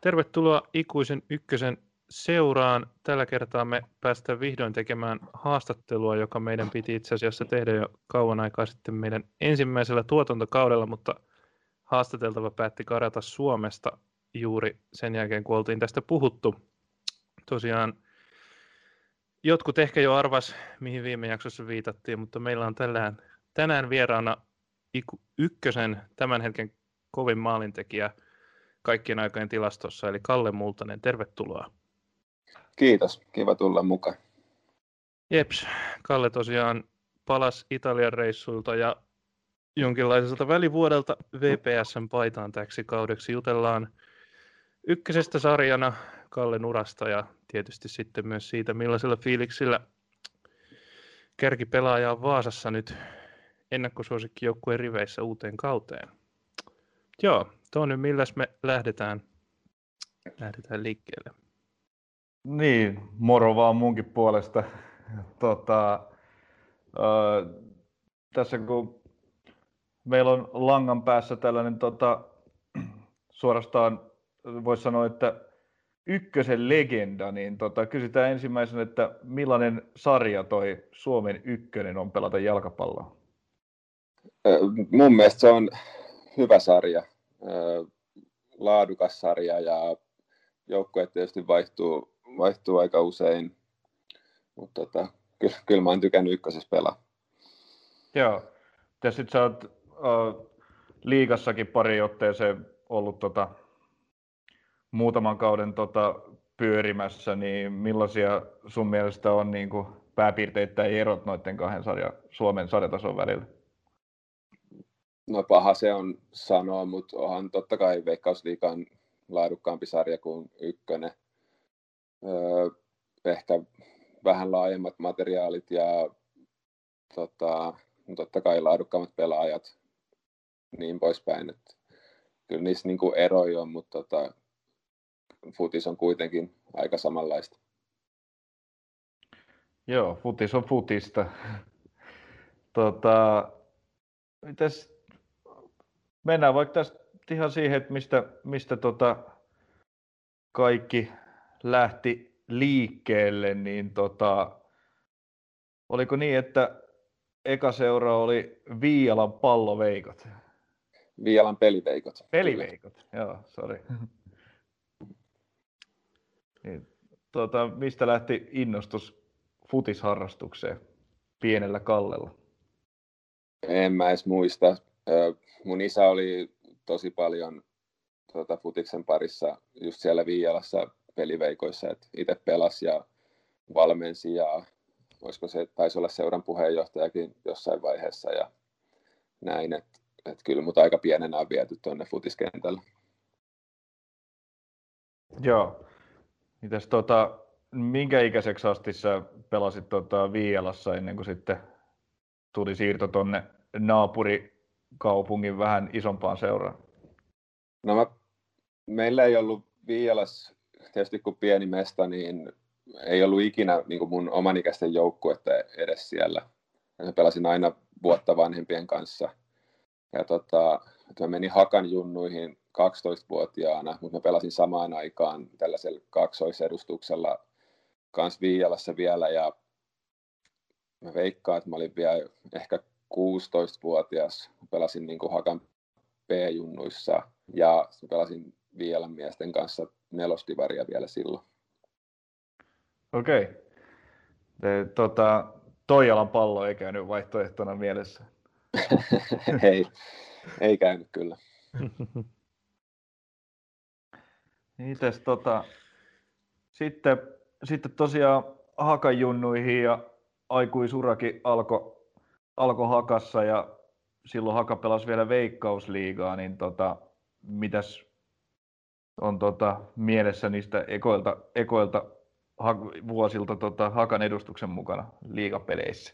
Tervetuloa Ikuisen ykkösen seuraan. Tällä kertaa me päästään vihdoin tekemään haastattelua, joka meidän piti itse asiassa tehdä jo kauan aikaa sitten meidän ensimmäisellä tuotantokaudella, mutta haastateltava päätti karata Suomesta juuri sen jälkeen, kun oltiin tästä puhuttu. Tosiaan jotkut ehkä jo arvas, mihin viime jaksossa viitattiin, mutta meillä on tänään vieraana ykkösen tämän hetken kovin maalintekijä kaikkien aikojen tilastossa, eli Kalle Multanen. Tervetuloa. Kiitos, kiva tulla mukaan. Jeps, Kalle tosiaan palasi Italian reissuilta ja jonkinlaiselta välivuodelta VPS:n paitaan täksi kaudeksi. Jutellaan ykkösestä sarjana, Kallen urasta ja tietysti sitten myös siitä, millaisella fiiliksillä kärkipelaaja on Vaasassa nyt ennakkosuosikkijoukkueen riveissä uuteen kauteen. Joo, Tony, milläs me lähdetään liikkeelle? Niin, moro vaan munkin puolesta. Tässä kun meillä on langan päässä tällainen suorastaan voisi sanoa, että ykkösen legenda, niin kysytään ensimmäisenä, että millainen sarja toi Suomen ykkönen on pelata jalkapalloa? Mun mielestä se on hyvä sarja, laadukas sarja ja joukkueet tietysti vaihtuu aika usein, mutta kyllä mä oon tykännyt ykkösessä pelaa. Joo, ja sit sä oot liigassakin pari otteeseen ollut muutaman kauden pyörimässä, niin millaisia sun mielestä on niin kuin pääpiirteittäin erot noiden kahden Suomen sarjatason välillä? No paha se on sanoa, mutta onhan totta kai Veikkausliigan laadukkaampi sarja kuin ykkönen. Ehkä vähän laajemmat materiaalit ja totta kai laadukkaammat pelaajat, niin poispäin. Että kyllä niissä niin kuin eroja on, mutta futis on kuitenkin aika samanlaista. Joo, futis on futista. Mites mennään vaikka tästä ihan siihen, että mistä kaikki lähti liikkeelle, niin oliko niin, että eka seura oli Viialan palloveikot? Viialan peliveikot. Peliveikot, joo, sori. Niin, mistä lähti innostus futisharrastukseen pienellä Kallella? En mä edes muista. Mun isä oli tosi paljon futiksen parissa just siellä Viialassa peliveikoissa, että itse pelasi ja valmensi ja olisiko se taisi olla seuran puheenjohtajakin jossain vaiheessa ja näin, että kyllä mut aika pienenä on viety tuonne futiskentällä. Joo. Mitäs minkä ikäiseksi asti sä pelasit Viialassa ennen kuin sitten tuli siirto tonne naapurikaupungin vähän isompaan seuraan? No meillä ei ollut Viialassa, tietysti kun pieni mesta, niin ei ollut ikinä niin kuin mun omanikäisten joukkuetta edes siellä. Mä pelasin aina vuotta vanhempien kanssa. Ja mä menin Hakan junnuihin 12-vuotiaana, mutta mä pelasin samaan aikaan tällaisella kaksoisedustuksella kans Viialassa vielä. Ja mä veikkaan, että mä olin vielä ehkä 16-vuotias. Mä pelasin niin kuin Hakan B-junnuissa ja pelasin Viialan miesten kanssa nelosdivaria vielä silloin. Okei. Toijalan pallo ei käynyt vaihtoehtona mielessä. ei käynyt kyllä. Mites sitten tosiaan Hakan junnuihin ja aikuisurakin alkoi Hakassa ja silloin Haka pelasi vielä Veikkausliigaa, niin mitäs on mielessä niistä ekoilta vuosilta Hakan edustuksen mukana liigapeleissä?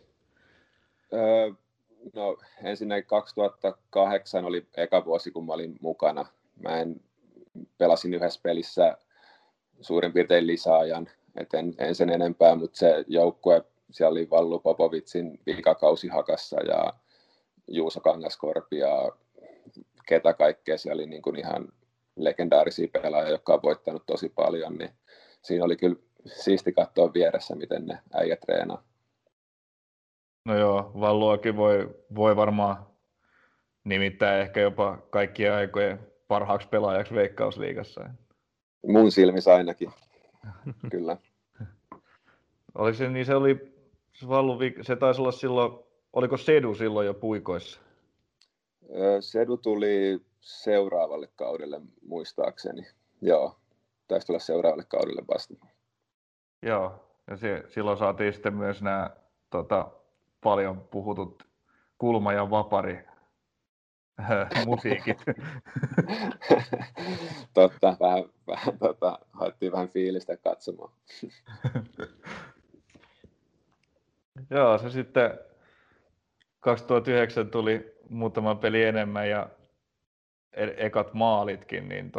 No ensinnäkin 2008 oli eka vuosi, kun mä olin mukana. Pelasin yhdessä pelissä suurin piirtein lisäajan, en sen enempää, mutta se joukkue, siellä oli Vallu Popovitsin vikakausi Hakassa ja Juuso Kangaskorpi ja ketä kaikkea, siellä oli niin kuin ihan legendaarisia pelaajia, jotka on voittanut tosi paljon, niin siinä oli kyllä siisti katsoa vieressä, miten ne äijät treenaa. No joo, Valluakin voi varmaan nimittää ehkä jopa kaikkien aikojen parhaaksi pelaajaksi Veikkausliigassa. Mun silmissä ainakin, kyllä. Oli se, niin se oli, se taisi olla silloin, oliko Sedu silloin jo puikoissa? Sedu tuli seuraavalle kaudelle muistaakseni. Joo, taisi tulla seuraavalle kaudelle vasta. Joo, ja silloin saatiin sitten myös nämä paljon puhutut kulma- ja vapari musiikit. Totta, vähän haettiin vähän fiilistä katsomaan. Joo, se sitten 2009 tuli muutama peli enemmän ja ekat maalitkin, niin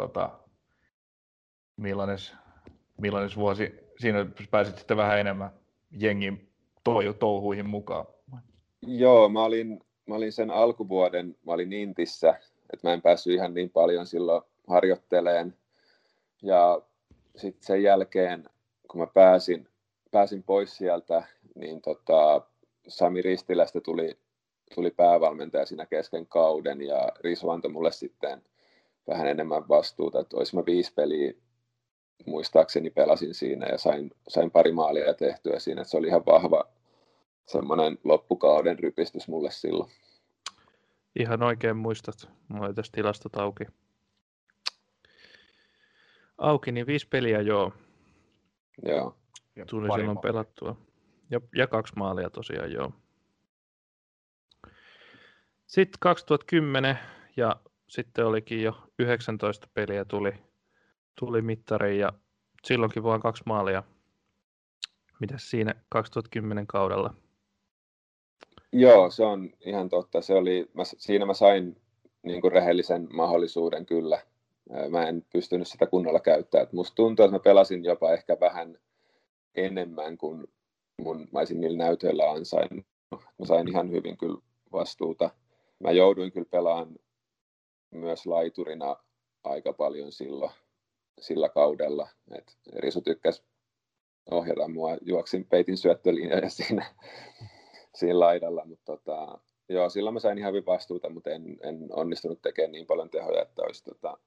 millainen vuosi, siinä pääsit sitten vähän enemmän jengin touhuihin mukaan? Joo, mä olin sen alkuvuoden, mä olin Intissä, että mä en päässyt ihan niin paljon silloin harjoitteleen. Ja sitten sen jälkeen, kun mä pääsin pois sieltä, niin Sami Ristilästä tuli päävalmentaja siinä kesken kauden, ja Risu antoi mulle sitten vähän enemmän vastuuta, että olisi mä 5 peliä muistaakseni pelasin siinä ja sain pari maalia tehtyä siinä, että se oli ihan vahva semmoinen loppukauden rypistys mulle silloin. Ihan oikein muistat. Mulla oli tässä tilastot auki, niin 5 peliä joo. Joo. Tuli silloin pelattua. Ja 2 maalia tosiaan joo. Sitten 2010 ja sitten olikin jo 19 peliä tuli mittariin ja silloinkin vain 2 maalia. Mitäs siinä 2010 kaudella? Joo, se on ihan totta. Siinä mä sain niin kuin rehellisen mahdollisuuden kyllä. Mä en pystynyt sitä kunnolla käyttämään. Musta tuntuu, että mä pelasin jopa ehkä vähän enemmän kuin mä olisin niillä näytöillä ansainnut. Mä sain ihan hyvin kyllä vastuuta. Mä jouduin kyllä pelaamaan myös laiturina aika paljon sillä kaudella. Et Risu tykkäsi ohjata mua, juoksin peitin syöttölinjoja siinä laidalla, mutta joo, silloin mä sain ihan hyvin vastuuta, mutta en onnistunut tekemään niin paljon tehoja, että olisi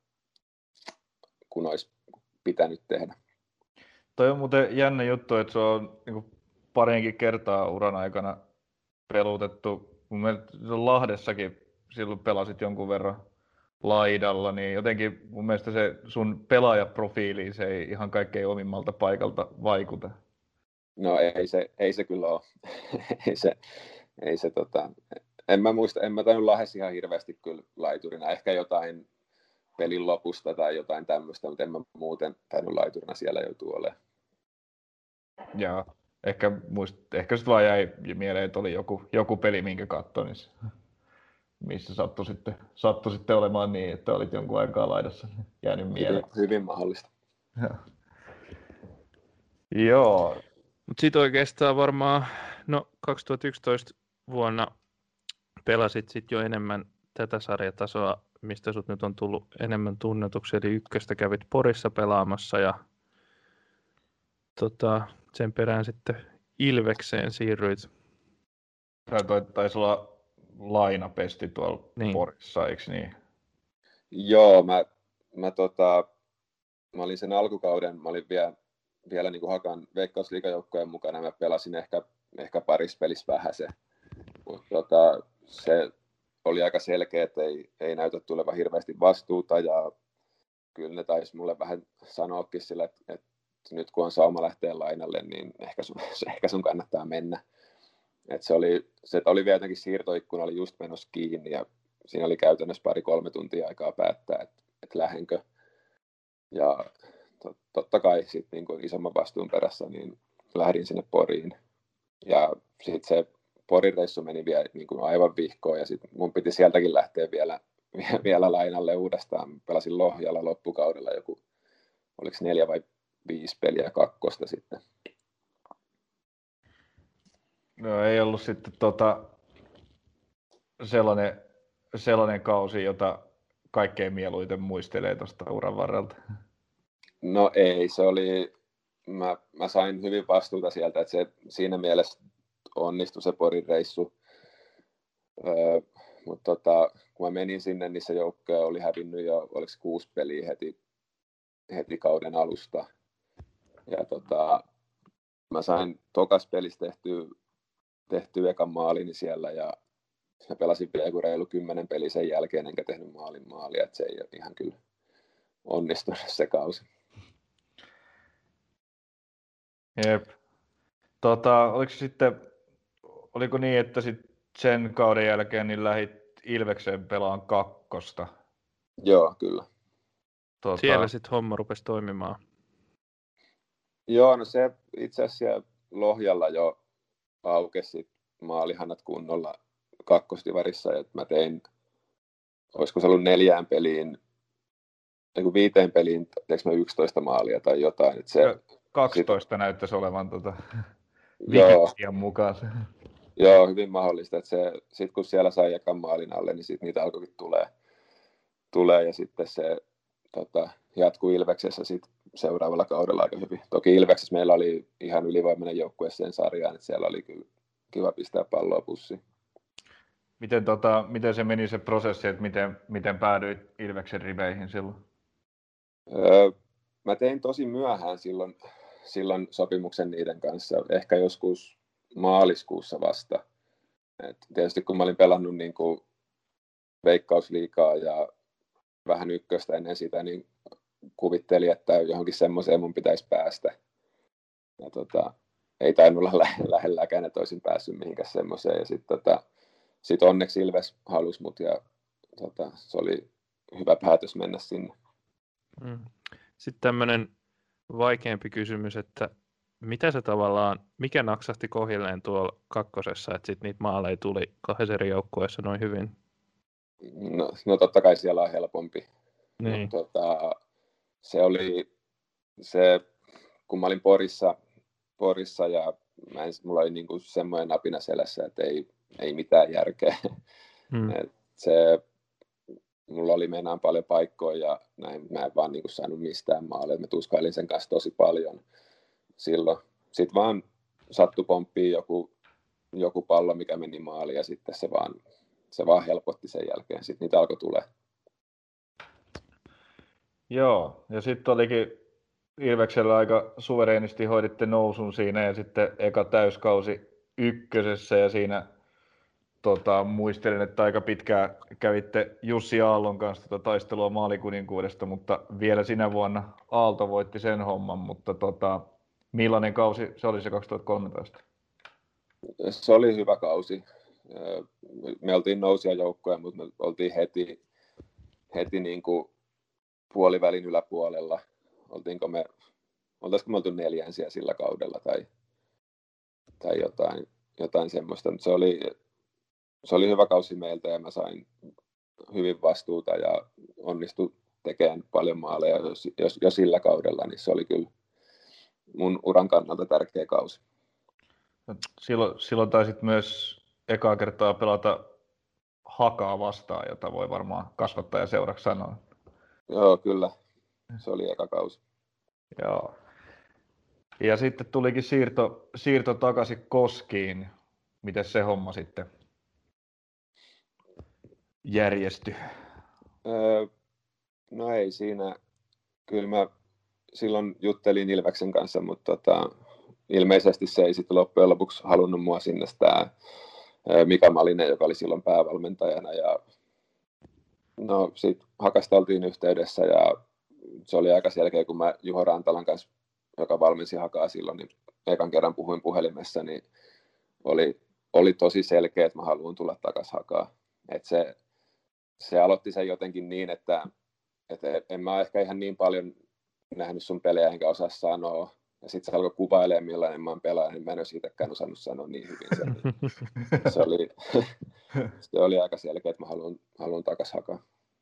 kun olisi pitänyt tehdä. Toi on muuten jännä juttu, että se on niin pariinkin kertaa uran aikana pelutettu. Mun mielestä Lahdessakin silloin pelasit jonkun verran laidalla, niin jotenkin mun mielestä se sun pelaajaprofiili, se ei ihan kaikkein omimmalta paikalta vaikuta. No ei se kyllä ole. En mä tainnut Lahdessa ihan hirveästi kyllä laiturina. Ehkä jotain pelin lopusta tai jotain tämmöistä, mutta en mä muuten tainnut laiturina siellä joutua olemaan. Joo, ehkä sitten vaan jäi mieleen, että oli joku peli, minkä katsoin, niin missä sattui sitten olemaan niin, että olit jonkun aikaa laidassa jäänyt mieleen. Hyvin mahdollista. Joo. Mutta sitten oikeastaan varmaan 2011 vuonna pelasit sit jo enemmän tätä sarjatasoa, mistä sut nyt on tullut enemmän tunnetuksi, eli ykköstä kävit Porissa pelaamassa ja sen perään sitten Ilvekseen siirryit. Toi taisi olla lainapesti tuolla niin. Porissa, eikö niin? Joo, mä olin sen alkukauden, mä olin vielä niin kuin Hakan Veikkausliigajoukkojen mukana, mä pelasin ehkä parissa pelissä vähäsen, mutta se oli aika selkeä, että ei näytä tulevan hirveästi vastuuta, ja kyllä ne taisi mulle vähän sanoakin sille, että nyt kun on sauma lähteä lainalle, niin ehkä sun kannattaa mennä. Se oli vielä jotenkin siirtoikkuna, oli just menossa kiinni, ja siinä oli käytännössä 2-3 tuntia aikaa päättää, että lähdenkö. Ja totta kai sitten niin kuin isomman vastuun perässä, niin lähdin sinne Poriin. Ja sitten se Porin reissu meni vielä niin kuin aivan vihkoon, ja sitten mun piti sieltäkin lähteä vielä lainalle uudestaan. Pelasin Lohjalla loppukaudella oliko 4 vai 5 peliä kakkosta sitten. No ei ollut sitten sellainen kausi, jota kaikkein mieluiten muistelee tuosta uran varrelta? No ei, se oli, mä sain hyvin vastuuta sieltä, että se siinä mielessä onnistui se Porin reissu. Mutta kun mä menin sinne, niin se joukkue oli hävinnyt jo, oliko 6 peliä heti kauden alusta. Ja mä sain tokas pelissä tehtyä ekan maalini siellä ja mä pelasin vielä joku reilu 10 peliä sen jälkeen, enkä tehnyt maalia, että se ei ole ihan kyllä onnistunut se kausi. Jep. Oliko niin, että sen kauden jälkeen niin lähdit Ilvekseen pelaan 2? Joo, kyllä. Siellä sitten homma rupesi toimimaan. Joo, no se itse asiassa Lohjalla jo aukesi maalihanat kunnolla kakkosdivarissa, että mä tein, olisiko se ollut 4 peliin, 5 peliin, teekö mä 11 maalia tai jotain. Että se, 12 näyttäisi olevan Wikipedian mukaan. Joo, hyvin mahdollista, että sitten kun siellä sai ekan maalin alle, niin sitten niitä alkoikin tulee ja sitten se jatkui Ilveksessä sit seuraavalla kaudella aika hyvin. Toki Ilveksessä meillä oli ihan ylivoimainen joukkue sen sarjaan, että siellä oli kyllä kiva pistää palloa pussiin. Miten se meni se prosessi, että miten päädyit Ilveksen riveihin silloin? Mä tein tosi myöhään silloin sopimuksen niiden kanssa, ehkä joskus maaliskuussa vasta. Et tietysti kun mä olin pelannut niin kuin Veikkausliigaa ja vähän ykköstä ennen sitä, niin kuvittelin, että johonkin semmoiseen mun pitäisi päästä. Ja ei tainnut olla lähelläkään, että olisin päässyt mihinkään semmoiseen. Ja sitten onneksi Ilves halusi mut ja se oli hyvä päätös mennä sinne. Sitten tämmöinen vaikeampi kysymys, että mikä naksahti kohilleen tuolla kakkosessa, että sitten niitä maaleja tuli 2 eri joukkueessa noin hyvin? No totta kai siellä on helpompi. Niin. Se kun mä olin Porissa ja mulla oli niinku semmoinen napina selässä, että ei mitään järkeä. Mulla oli meinaan paljon paikkoja ja näin, mä en vaan niinku saanut mistään maaleja. Mä tuskailin sen kanssa tosi paljon silloin. Sitten vaan sattui pomppiin joku pallo, mikä meni maaliin ja sitten se vaan helpotti sen jälkeen. Sitten niitä alkoi tulee. Joo, ja sitten olikin Ilveksellä aika suvereenisti hoiditte nousun siinä ja sitten eka täyskausi ykkösessä ja siinä muistelin, että aika pitkään kävitte Jussi Aallon kanssa taistelua maalikuninkuudesta, mutta vielä sinä vuonna Aalto voitti sen homman, mutta millainen kausi se oli se 2013? Se oli hyvä kausi. Me oltiin nousijajoukkoja, mutta me oltiin heti niin kuin puolivälin yläpuolella. Oltaisiko me oltu 4. sillä kaudella tai jotain semmoista. Se oli hyvä kausi meiltä ja mä sain hyvin vastuuta ja onnistui tekemään paljon maaleja jo sillä kaudella, niin se oli kyllä mun uran kannalta tärkeä kausi. Silloin taisit myös ekaa kertaa pelata Hakaa vastaan, jota voi varmaan kasvattaja seuraksi sanoa. Joo, kyllä. Se oli eka kausi. Joo. Ja sitten tulikin siirto takaisin Koskiin. Miten se homma sitten järjestyi? No ei siinä. Kyllä mä silloin juttelin Ilveksen kanssa, mutta ilmeisesti se ei sitten loppujen lopuksi halunnut mua sinne tämä Mika Malinen, joka oli silloin päävalmentajana. Ja no sitten Hakasta oltiin yhteydessä ja se oli aika selkeä, kun mä Juho Rantalan kanssa, joka valmensi Hakaa silloin, niin ekan kerran puhuin puhelimessa, niin oli tosi selkeä, että mä haluan tulla takaisin Hakaa. Että se aloitti sen jotenkin niin, että en mä ehkä ihan niin paljon nähnyt sun pelejä enkä osaa sanoa. Ja sitten se alkoi kuvailemaan, millainen mä oon pelaaja, niin mä en ole siitäkään osannut sanoa niin hyvin sen. Se oli aika selkeä, että mä haluan takaisin Hakaa.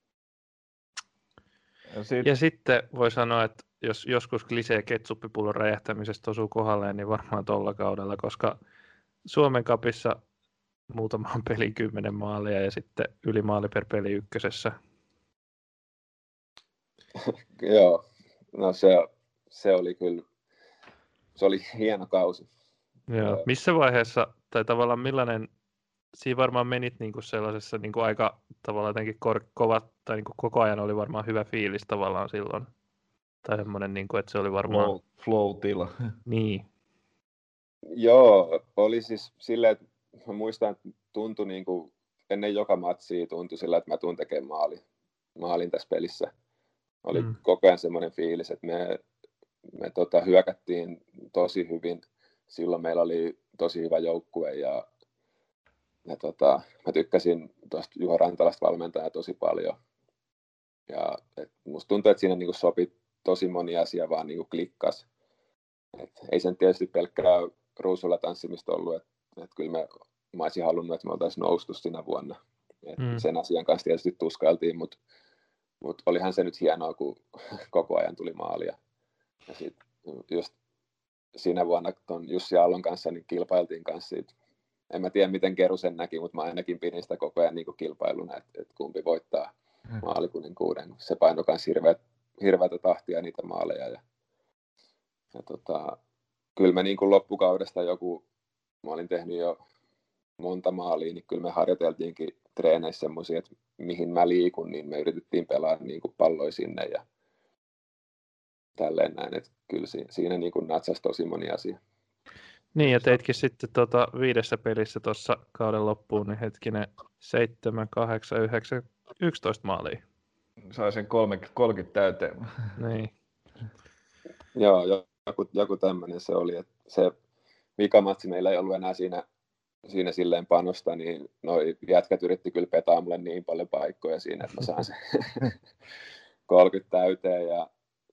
Ja sitten voi sanoa, että jos joskus klisee ketsuppipullon räjähtämisestä osuu kohdalleen, niin varmaan tuolla kaudella, koska Suomen Cupissa muutamaan peliin 10 maalia ja sitten yli maali per peli ykkösessä. Joo, no se oli kyllä, se oli hieno kausi. Joo. Missä vaiheessa, tai tavallaan millainen, siinä varmaan menit niin kuin sellaisessa niin kuin aika tavallaan jotenkin kovat, tai niin kuin koko ajan oli varmaan hyvä fiilis tavallaan silloin. Tai semmoinen, niin kuin, että se oli varmaan... Flow-tila. Niin. Joo, oli siis silleen, että mä muistan, että tuntui niin kuin, ennen joka matsia tuntui sillä, että mä tuun tekemään maalin tässä pelissä. Oli koko ajan semmoinen fiilis, että me hyökättiin tosi hyvin. Silloin meillä oli tosi hyvä joukkue ja mä tykkäsin tuosta Juho Rantalasta valmentajaa tosi paljon. Ja musta tuntuu, että siinä niinku sopi tosi moni asia vaan niinku klikkas. Ei sen tietysti pelkkää ruusulla tanssimista ollut, että kyllä mä olisin halunnut, että me oltaisiin noustu siinä vuonna. Sen asian kanssa tietysti tuskailtiin, mutta olihan se nyt hienoa, kun koko ajan tuli maalia. Ja sitten just siinä vuonna tuon Jussi Aallon kanssa niin kilpailtiin kanssa siitä. En mä tiedä, miten Keru sen näki, mutta mä ainakin pidin sitä koko ajan niin kuin kilpailuna, että kumpi voittaa maalikuninkuuden. Se painoi myös hirveätä tahtia niitä maaleja. Kyllä me niin kuin loppukaudesta mä olin tehnyt jo monta maalia, niin kyllä me harjoiteltiinkin treeneissä semmoisia, että mihin mä liikun, niin me yritettiin pelaa niin kuin palloja sinne ja tälleen näin, että kyllä siinä niin kuin natsasi tosi moni asia. Niin, ja teitkin sitten 5 pelissä tuossa kauden loppuun, niin hetkinen 7, 8, 9, 11 maalia. Sai sen 30 täyteen. Niin. Joo, joku tämmöinen se oli, että se vikamatsi meillä ei ollut enää siinä silleen panosta, niin noi jätkät yritti kyllä petaa mulle niin paljon paikkoja siinä, että mä saan sen 30 täyteen ja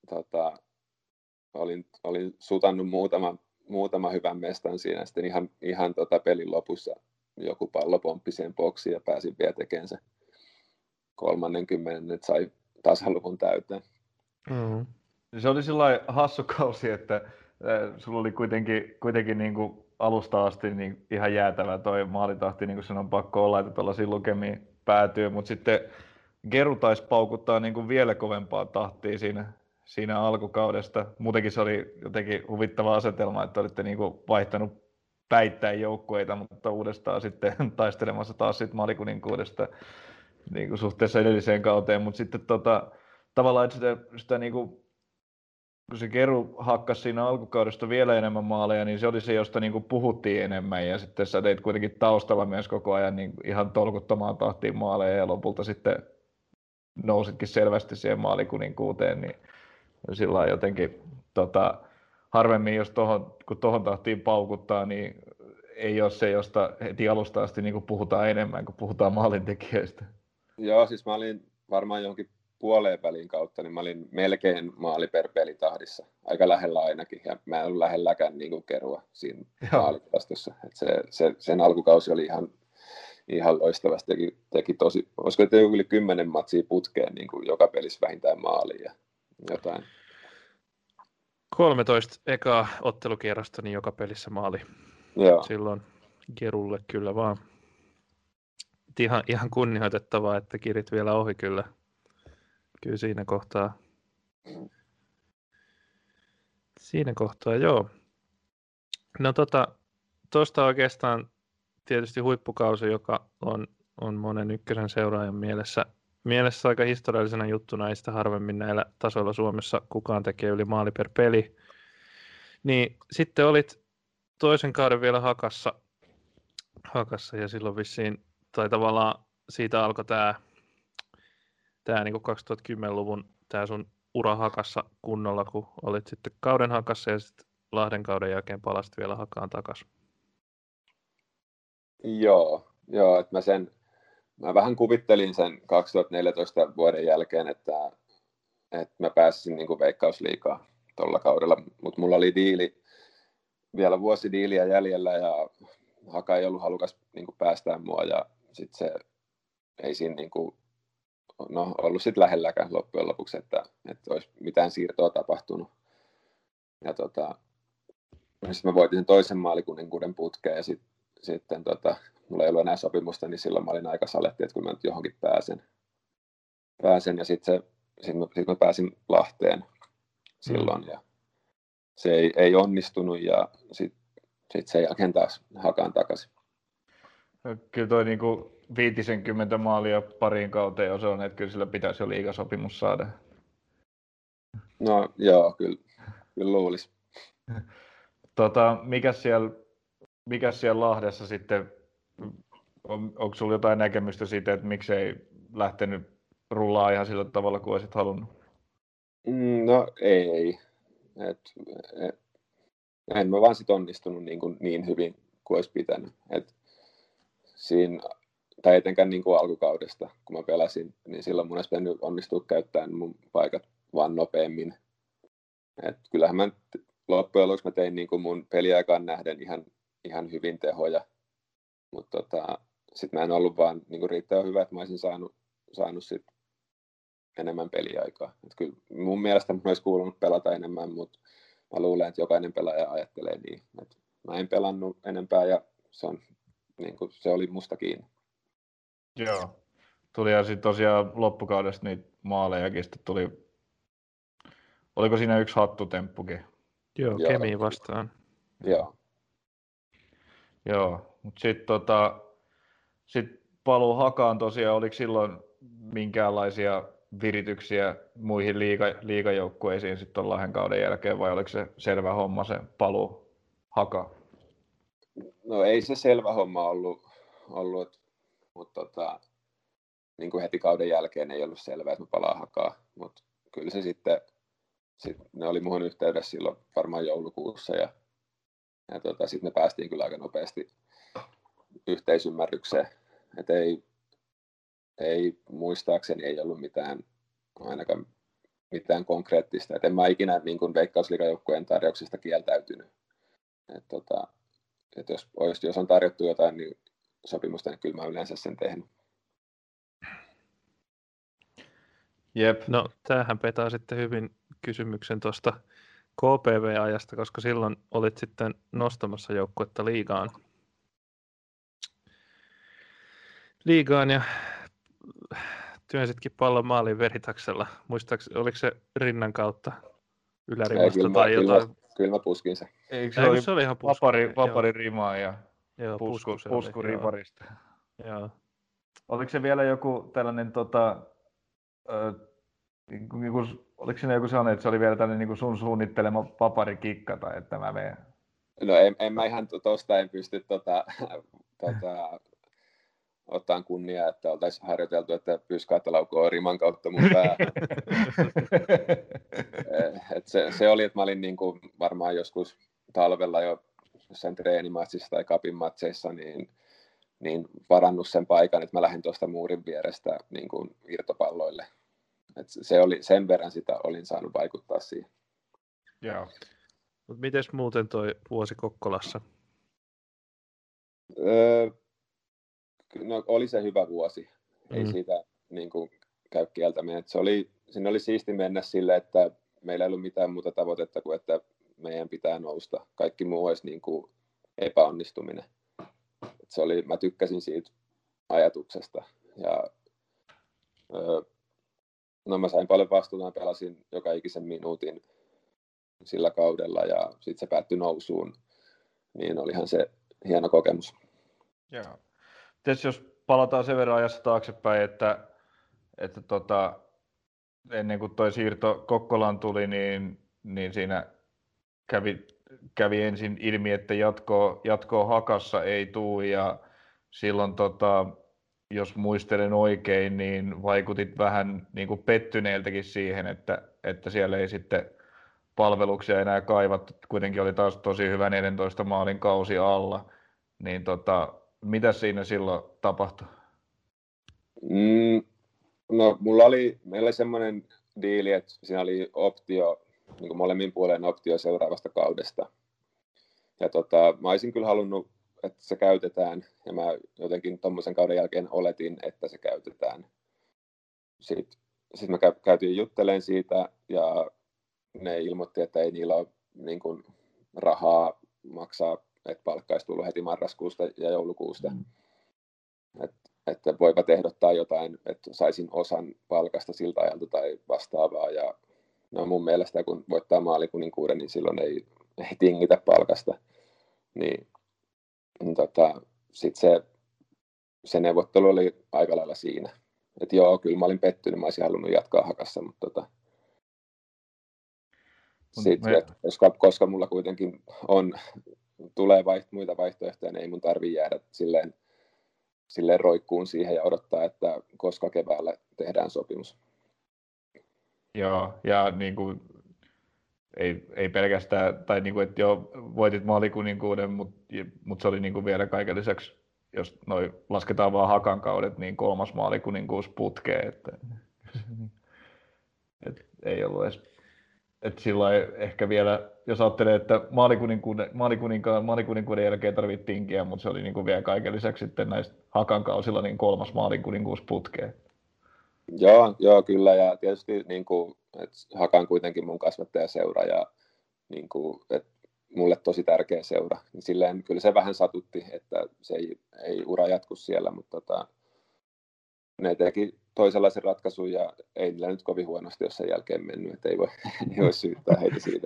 olin sutannut muutama hyvän mestan siinä, sitten ihan pelin lopussa joku pallo pomppi siihen boksiin ja pääsin vielä tekemään se 30, että sai tasaluvun täyteen. Mm-hmm. Se oli sellainen hassu kausi, että sulla oli kuitenkin niin kuin alusta asti niin ihan jäätävä toi maalitahti, niin kuin sen on pakko olla, että tuollaisiin lukemiin päätyy, mutta sitten Geru taisi paukuttaa niin kuin vielä kovempaa tahtia siinä alkukaudesta. Muutenkin se oli jotenkin huvittava asetelma, että olitte niin kuin vaihtanut päittäin joukkueita, mutta uudestaan sitten taistelemassa taas siitä maalikuninkuudesta niin kuin suhteessa edelliseen kauteen, mutta sitten tavallaan että sitä niin kuin, kun se Geru hakkasi siinä alkukaudesta vielä enemmän maaleja, niin se oli se, josta niin kuin puhuttiin enemmän, ja sitten sä teit kuitenkin taustalla myös koko ajan niin ihan tolkuttomaan tahtiin maaleja, ja lopulta sitten nousitkin selvästi siihen maalikuninkuuteen, niin sillä jotenkin harvemmin, jos kun tuohon tahtiin paukuttaa, niin ei ole se, josta heti alusta asti niin kuin puhutaan enemmän, kun puhutaan maalintekijöistä. Joo, siis mä olin varmaan jonkin puoleen välin kautta, niin mä olin melkein maali per pelitahdissa, aika lähellä ainakin, ja mä en ollut lähelläkään niin kuin Kerua siinä maalitilastossa. Sen alkukausi oli ihan loistavasti, teki tosi, olisiko yli 10 matsia putkeen niin kuin joka pelissä vähintään maaliin ja jotain. 13 ekaa ottelukierrosta, niin joka pelissä maali. Joo. Silloin Gerulle kyllä vaan. Ihan kunnioitettavaa, että kirit vielä ohi kyllä siinä kohtaa. Siinä kohtaa, joo. No tuosta oikeastaan tietysti huippukausi, joka on monen ykkösen seuraajan mielessä aika historiallisena juttuna, ei sitä harvemmin näillä tasoilla Suomessa kukaan tekee yli maali per peli. Niin sitten olit toisen kauden vielä hakassa ja silloin vissiin, tai tavallaan siitä alkoi tämä niin kuin 2010-luvun tämä sun ura hakassa kunnolla, kun olit sitten kauden hakassa ja sitten Lahden kauden jälkeen palasit vielä hakaan takaisin. Joo, että mä vähän kuvittelin sen 2014 vuoden jälkeen, että mä pääsisin niin kuin Veikkausliigaan tuolla kaudella, mutta mulla oli vielä vuosi diiliä jäljellä ja Haka ei ollut halukas niin kuin päästää mua ja sitten se ei siinä niin kuin, ollut sit lähelläkään loppujen lopuksi, että olisi mitään siirtoa tapahtunut. Ja sitten mä voitin sen toisen maalikuninkuuden putkeen ja sitten mulla ei ollut enää sopimusta, niin silloin mä olin aika saletti, että kun mä nyt johonkin pääsen. Ja sitten sit mä pääsin Lahteen silloin ja se ei onnistunut ja sit sen jälkeen taas Hakaan takaisin. Kyllä toi niinku 50 maalia pariin kauteen on se, että kyllä sillä pitäisi jo liigasopimus saada. No joo, kyllä luulisi. Mikäs siellä Lahdessa sitten, onko sulla jotain näkemystä siitä, että miksei lähtenyt rullaa ihan sillä tavalla kuin olisit halunnut? No ei. En mä vaan sit onnistunut niin hyvin kuin olisi pitänyt. Tai etenkään niin kuin alkukaudesta, kun mä pelasin, niin silloin mun olisi pitänyt onnistua käyttämään mun paikat vaan nopeammin. Kyllähän mä loppujen lopuksi mä tein niin kuin mun peliaikaan nähden ihan hyvin tehoja, mutta sitten mä en ollut vaan niin kuin riittävän hyvä, että mä olisin saanut sit enemmän peliaikaa. Kyllä mun mielestä mun olisi kuulunut pelata enemmän, mutta mä luulen, että jokainen pelaaja ajattelee niin. Mä en pelannut enempää ja se oli musta kiinni. Joo. Tuli ja sitten tosiaan loppukaudesta niitä maalejakin sitten tuli. Oliko siinä yksi hattutemppukin? Joo, Kemiin vastaan. Joo, mutta sitten sit paluu Hakaan tosiaan, oliko silloin minkäänlaisia virityksiä muihin liigajoukkueisiin sitten tuon Lahden kauden jälkeen, vai oliko se selvä homma se paluu Hakaan? No ei se selvä homma ollut mutta niin kuin heti kauden jälkeen ei ollut selvää, että mä palaan Hakaan, mutta kyllä se sitten ne oli muhun yhteydessä silloin varmaan joulukuussa ja sitten me päästiin kyllä aika nopeasti yhteisymmärrykseen, että ei muistaakseni ei ollut ainakaan mitään konkreettista, että en mä ikinä niin kuin Veikkausliigajoukkueen tarjouksista kieltäytynyt, että jos on tarjottu jotain niin sopimusta, niin kyllä mä yleensä sen tehnyt. Jep. No tämähän petaa sitten hyvin kysymyksen tuosta KPV-ajasta, koska silloin olit sitten nostamassa joukkuetta liigaan ja työnsitkin pallon maaliin veritaksella. Muistaakseni, oliko se rinnan kautta ylärivasta tai jotain? Kyllä mä puskin se. Eikö se oli ihan vapari rimaa ja pusku riparista. Joo. Oliko se vielä joku tällainen oliko siinä joku sellainen, että se oli vielä tällainen niin kuin sun suunnittelema paparikikka tai että mä menen? No en mä ihan tosta en pysty ottaa kunniaa, että oltaisiin harjoiteltu, että Pyskähtä laukoo riman kautta mun päähän. se oli, että mä olin niin kuin varmaan joskus talvella jo jossain treenimatsissa tai kapin matseissa, niin varannut sen paikan, että mä lähdin tuosta muurin vierestä niin kuin irtopalloille. Se oli, sen verran sitä olin saanut vaikuttaa siihen. Joo. Mut mites muuten toi vuosi Kokkolassa? No oli se hyvä vuosi. Ei siitä niin kuin käy kieltämään. Siinä oli siisti mennä sille, että meillä ei ollut mitään muuta tavoitetta kuin, että meidän pitää nousta. Kaikki muu olisi niin kuin epäonnistuminen. Mä tykkäsin siitä ajatuksesta. Ja, no mä sain paljon vastuuta, mä pelasin joka ikisen minuutin sillä kaudella ja sitten se päättyi nousuun. Niin olihan se hieno kokemus. Joo. Tietysti jos palataan sen verran ajassa taaksepäin, että ennen kuin toi siirto Kokkolaan tuli, niin siinä kävi ensin ilmi, että jatkoa Hakassa ei tule ja silloin jos muistelen oikein, niin vaikutit vähän niin kuin pettyneeltäkin siihen, että siellä ei sitten palveluksia enää kaivattu. Kuitenkin oli taas tosi hyvä 14 maalin kausi alla. Niin mitä siinä silloin tapahtui? No meillä oli semmoinen diili, että siinä oli optio, niin kuin molemmin puolen optio seuraavasta kaudesta. Ja mä olisin kyllä halunnut, että se käytetään, ja mä jotenkin tuommoisen kauden jälkeen oletin, että se käytetään. Sitten me käytiin juttelemaan siitä, ja ne ilmoitti, että ei niillä ole niin kuin rahaa maksaa, että palkka olisi tullut heti marraskuusta ja joulukuusta. että voivat ehdottaa jotain, että saisin osan palkasta siltä ajalta tai vastaavaa. Ja no mun mielestä kun voittaa maalikuninkuuden, niin silloin ei tingitä palkasta. Niin sitten se neuvottelu oli aika lailla siinä. Että joo, kyllä mä olin pettynyt, mä olisin halunnut jatkaa Hakassa, mutta koska mulla kuitenkin tulee muita vaihtoehtoja, niin ei mun tarvitse jäädä silleen roikkuun siihen ja odottaa, että koska keväällä tehdään sopimus. Joo, ja niin kuin, ei pelkästään, tai niin kuin, että joo, voitit maalikuninkuuden, mutta se oli niin kuin vielä kaiken lisäksi, jos lasketaan vaan Hakan kaudet, niin 3. maalikuninkuus putkeen, että ei ollut edes. Että silloin ehkä vielä, jos ajattelee, että maalikuninkuuden jälkeen tarvittiin tinkiä, mutta se oli niin kuin vielä kaiken lisäksi sitten näistä Hakan kausilla niin 3. maalikuninkuus putkeen. Joo, kyllä, ja tietysti niin kuin, että Hakan kuitenkin mun kasvattajaseura ja niin kuin, että mulle tosi tärkeä seura, niin silleen kyllä se vähän satutti, että se ei ura jatku siellä, mutta ne teki toisenlaisen ratkaisun ja ei niillä nyt kovin huonosti jos sen jälkeen mennyt, että ei voi syyttää heitä siitä.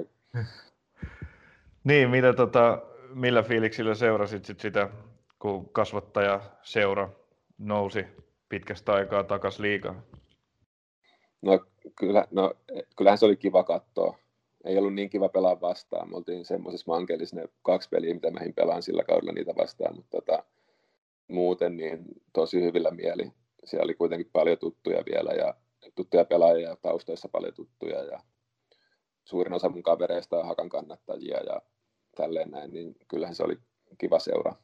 Niin, millä fiiliksillä seurasit sitä, kun kasvattajaseura nousi pitkästä aikaa takaisin liigaan? Kyllähän se oli kiva katsoa. Ei ollut niin kiva pelaa vastaan. Me oltiin semmoisessa mankelissa ne 2 peliä, mitä mähin pelaan sillä kaudella niitä vastaan, mutta muuten niin tosi hyvillä mieli. Siellä oli kuitenkin paljon tuttuja vielä ja tuttuja pelaajia ja taustoissa paljon tuttuja ja suurin osa mun kavereista on Hakan kannattajia ja tälleen näin, niin kyllähän se oli kiva seura.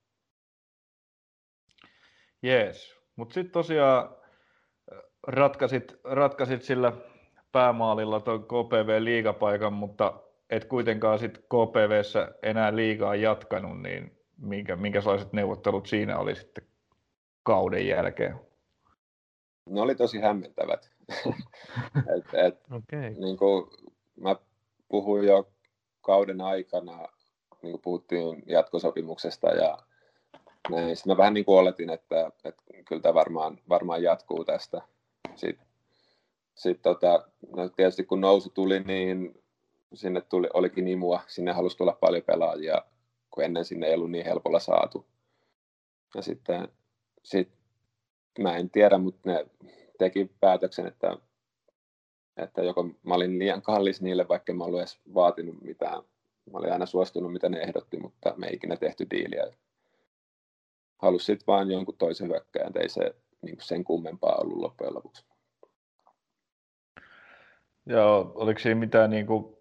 Jees, mutta sitten tosiaan ratkaisit sillä päämaalilla tuon KPV-liigapaikan, mutta et kuitenkaan sitten KPV:ssä enää liigaa jatkanut, niin minkälaiset neuvottelut siinä oli sitten kauden jälkeen? Ne oli tosi hämmentävät. Okay. Niin kuin mä puhuin jo kauden aikana, niin kuin puhuttiin jatkosopimuksesta ja näin. Sitten mä vähän niin kuin oletin, että kyllä tämä varmaan jatkuu tästä. Sitten no tietysti kun nousu tuli, niin sinne olikin imua. Sinne halusi tulla paljon pelaajia, kun ennen sinne ei ollut niin helpolla saatu. Ja sitten mä en tiedä, mutta ne teki päätöksen, että joko mä olin liian kallis niille, vaikka mä ollut edes vaatinut mitään. Mä olin aina suostunut, mitä ne ehdotti, mutta me ei ikinä tehty diiliä. Halusi sitten vaan jonkun toisen hyökkäjän, ei se niin sen kummempaa ollut loppujen lopuksi. Joo, oliko siinä mitään niin kuin,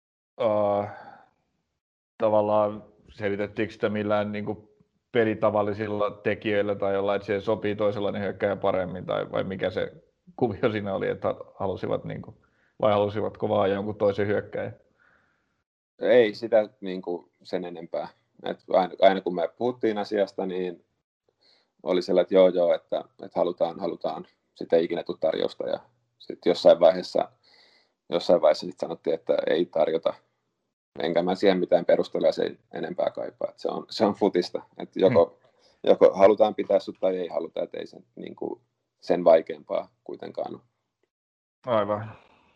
tavallaan selitettiinkö sitä millään niin kuin pelitavallisilla tekijöillä tai jollain, että siihen sopii toisenlainen hyökkäjä paremmin, tai vai mikä se kuvio siinä oli, että halusivat niin kuin, vai halusivatko vaan jonkun toisen hyökkäjän? Ei sitä niin kuin sen enempää. Et aina kun me puhuttiin asiasta, niin oli sellainen, että joo, että halutaan. Sitten ei ikinä tule tarjousta ja sitten jossain vaiheessa sitten sanottiin, että ei tarjota. Enkä mä siihen mitään perustelua se ei enempää kaipaa. Se on futista. Että joko halutaan pitää sut tai ei haluta, että ei niin kuin sen vaikeampaa kuitenkaan ole. Aivan.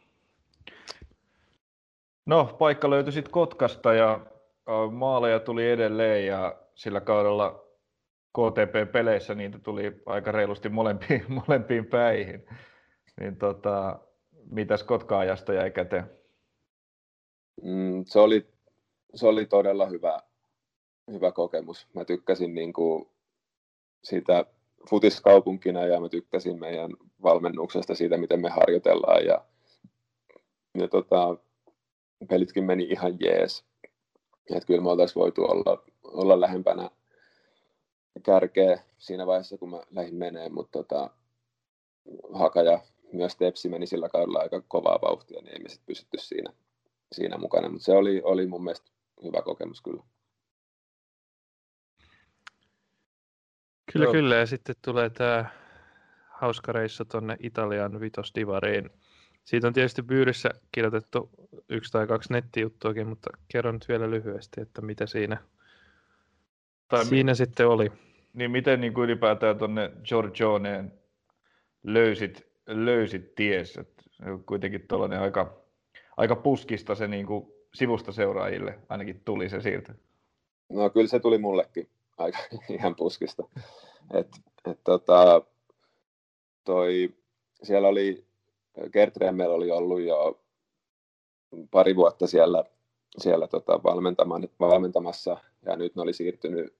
No, paikka löytyi sitten Kotkasta ja maaleja tuli edelleen ja sillä kaudella KTP-peleissä niitä tuli aika reilusti molempiin päihin. Niin mitäs Kotka-ajasta jäi käteen? Se oli todella hyvä kokemus. Mä tykkäsin niin kuin siitä futiskaupunkina ja mä tykkäsin meidän valmennuksesta siitä, miten me harjoitellaan ja pelitkin meni ihan jees. Että kyllä me oltaisiin voitu olla lähempänä kärkeä siinä vaiheessa, kun mä lähdin meneen, mutta Haka ja myös Tepsi meni sillä kaudella aika kovaa vauhtia, niin ei me sitten pysytty siinä mukana, mutta se oli mun mielestä hyvä kokemus kyllä. Kyllä, ja sitten tulee tämä hauska reissu tuonne Italian Vitosdivariin. Siitä on tietysti Byyrissä kirjoitettu 1 tai 2 nettijuttuakin, mutta kerron nyt vielä lyhyesti, että mitä siinä sitten oli. Niin miten niin kuin ylipäätään tuonne Giorgioneen löysit ties? Et kuitenkin tuollainen aika puskista se niin kuin sivusta seuraajille ainakin tuli se siirto. No kyllä se tuli mullekin aika ihan puskista. Siellä oli, Gert Remmel oli ollut jo pari vuotta siellä valmentamassa, ja nyt ne oli siirtynyt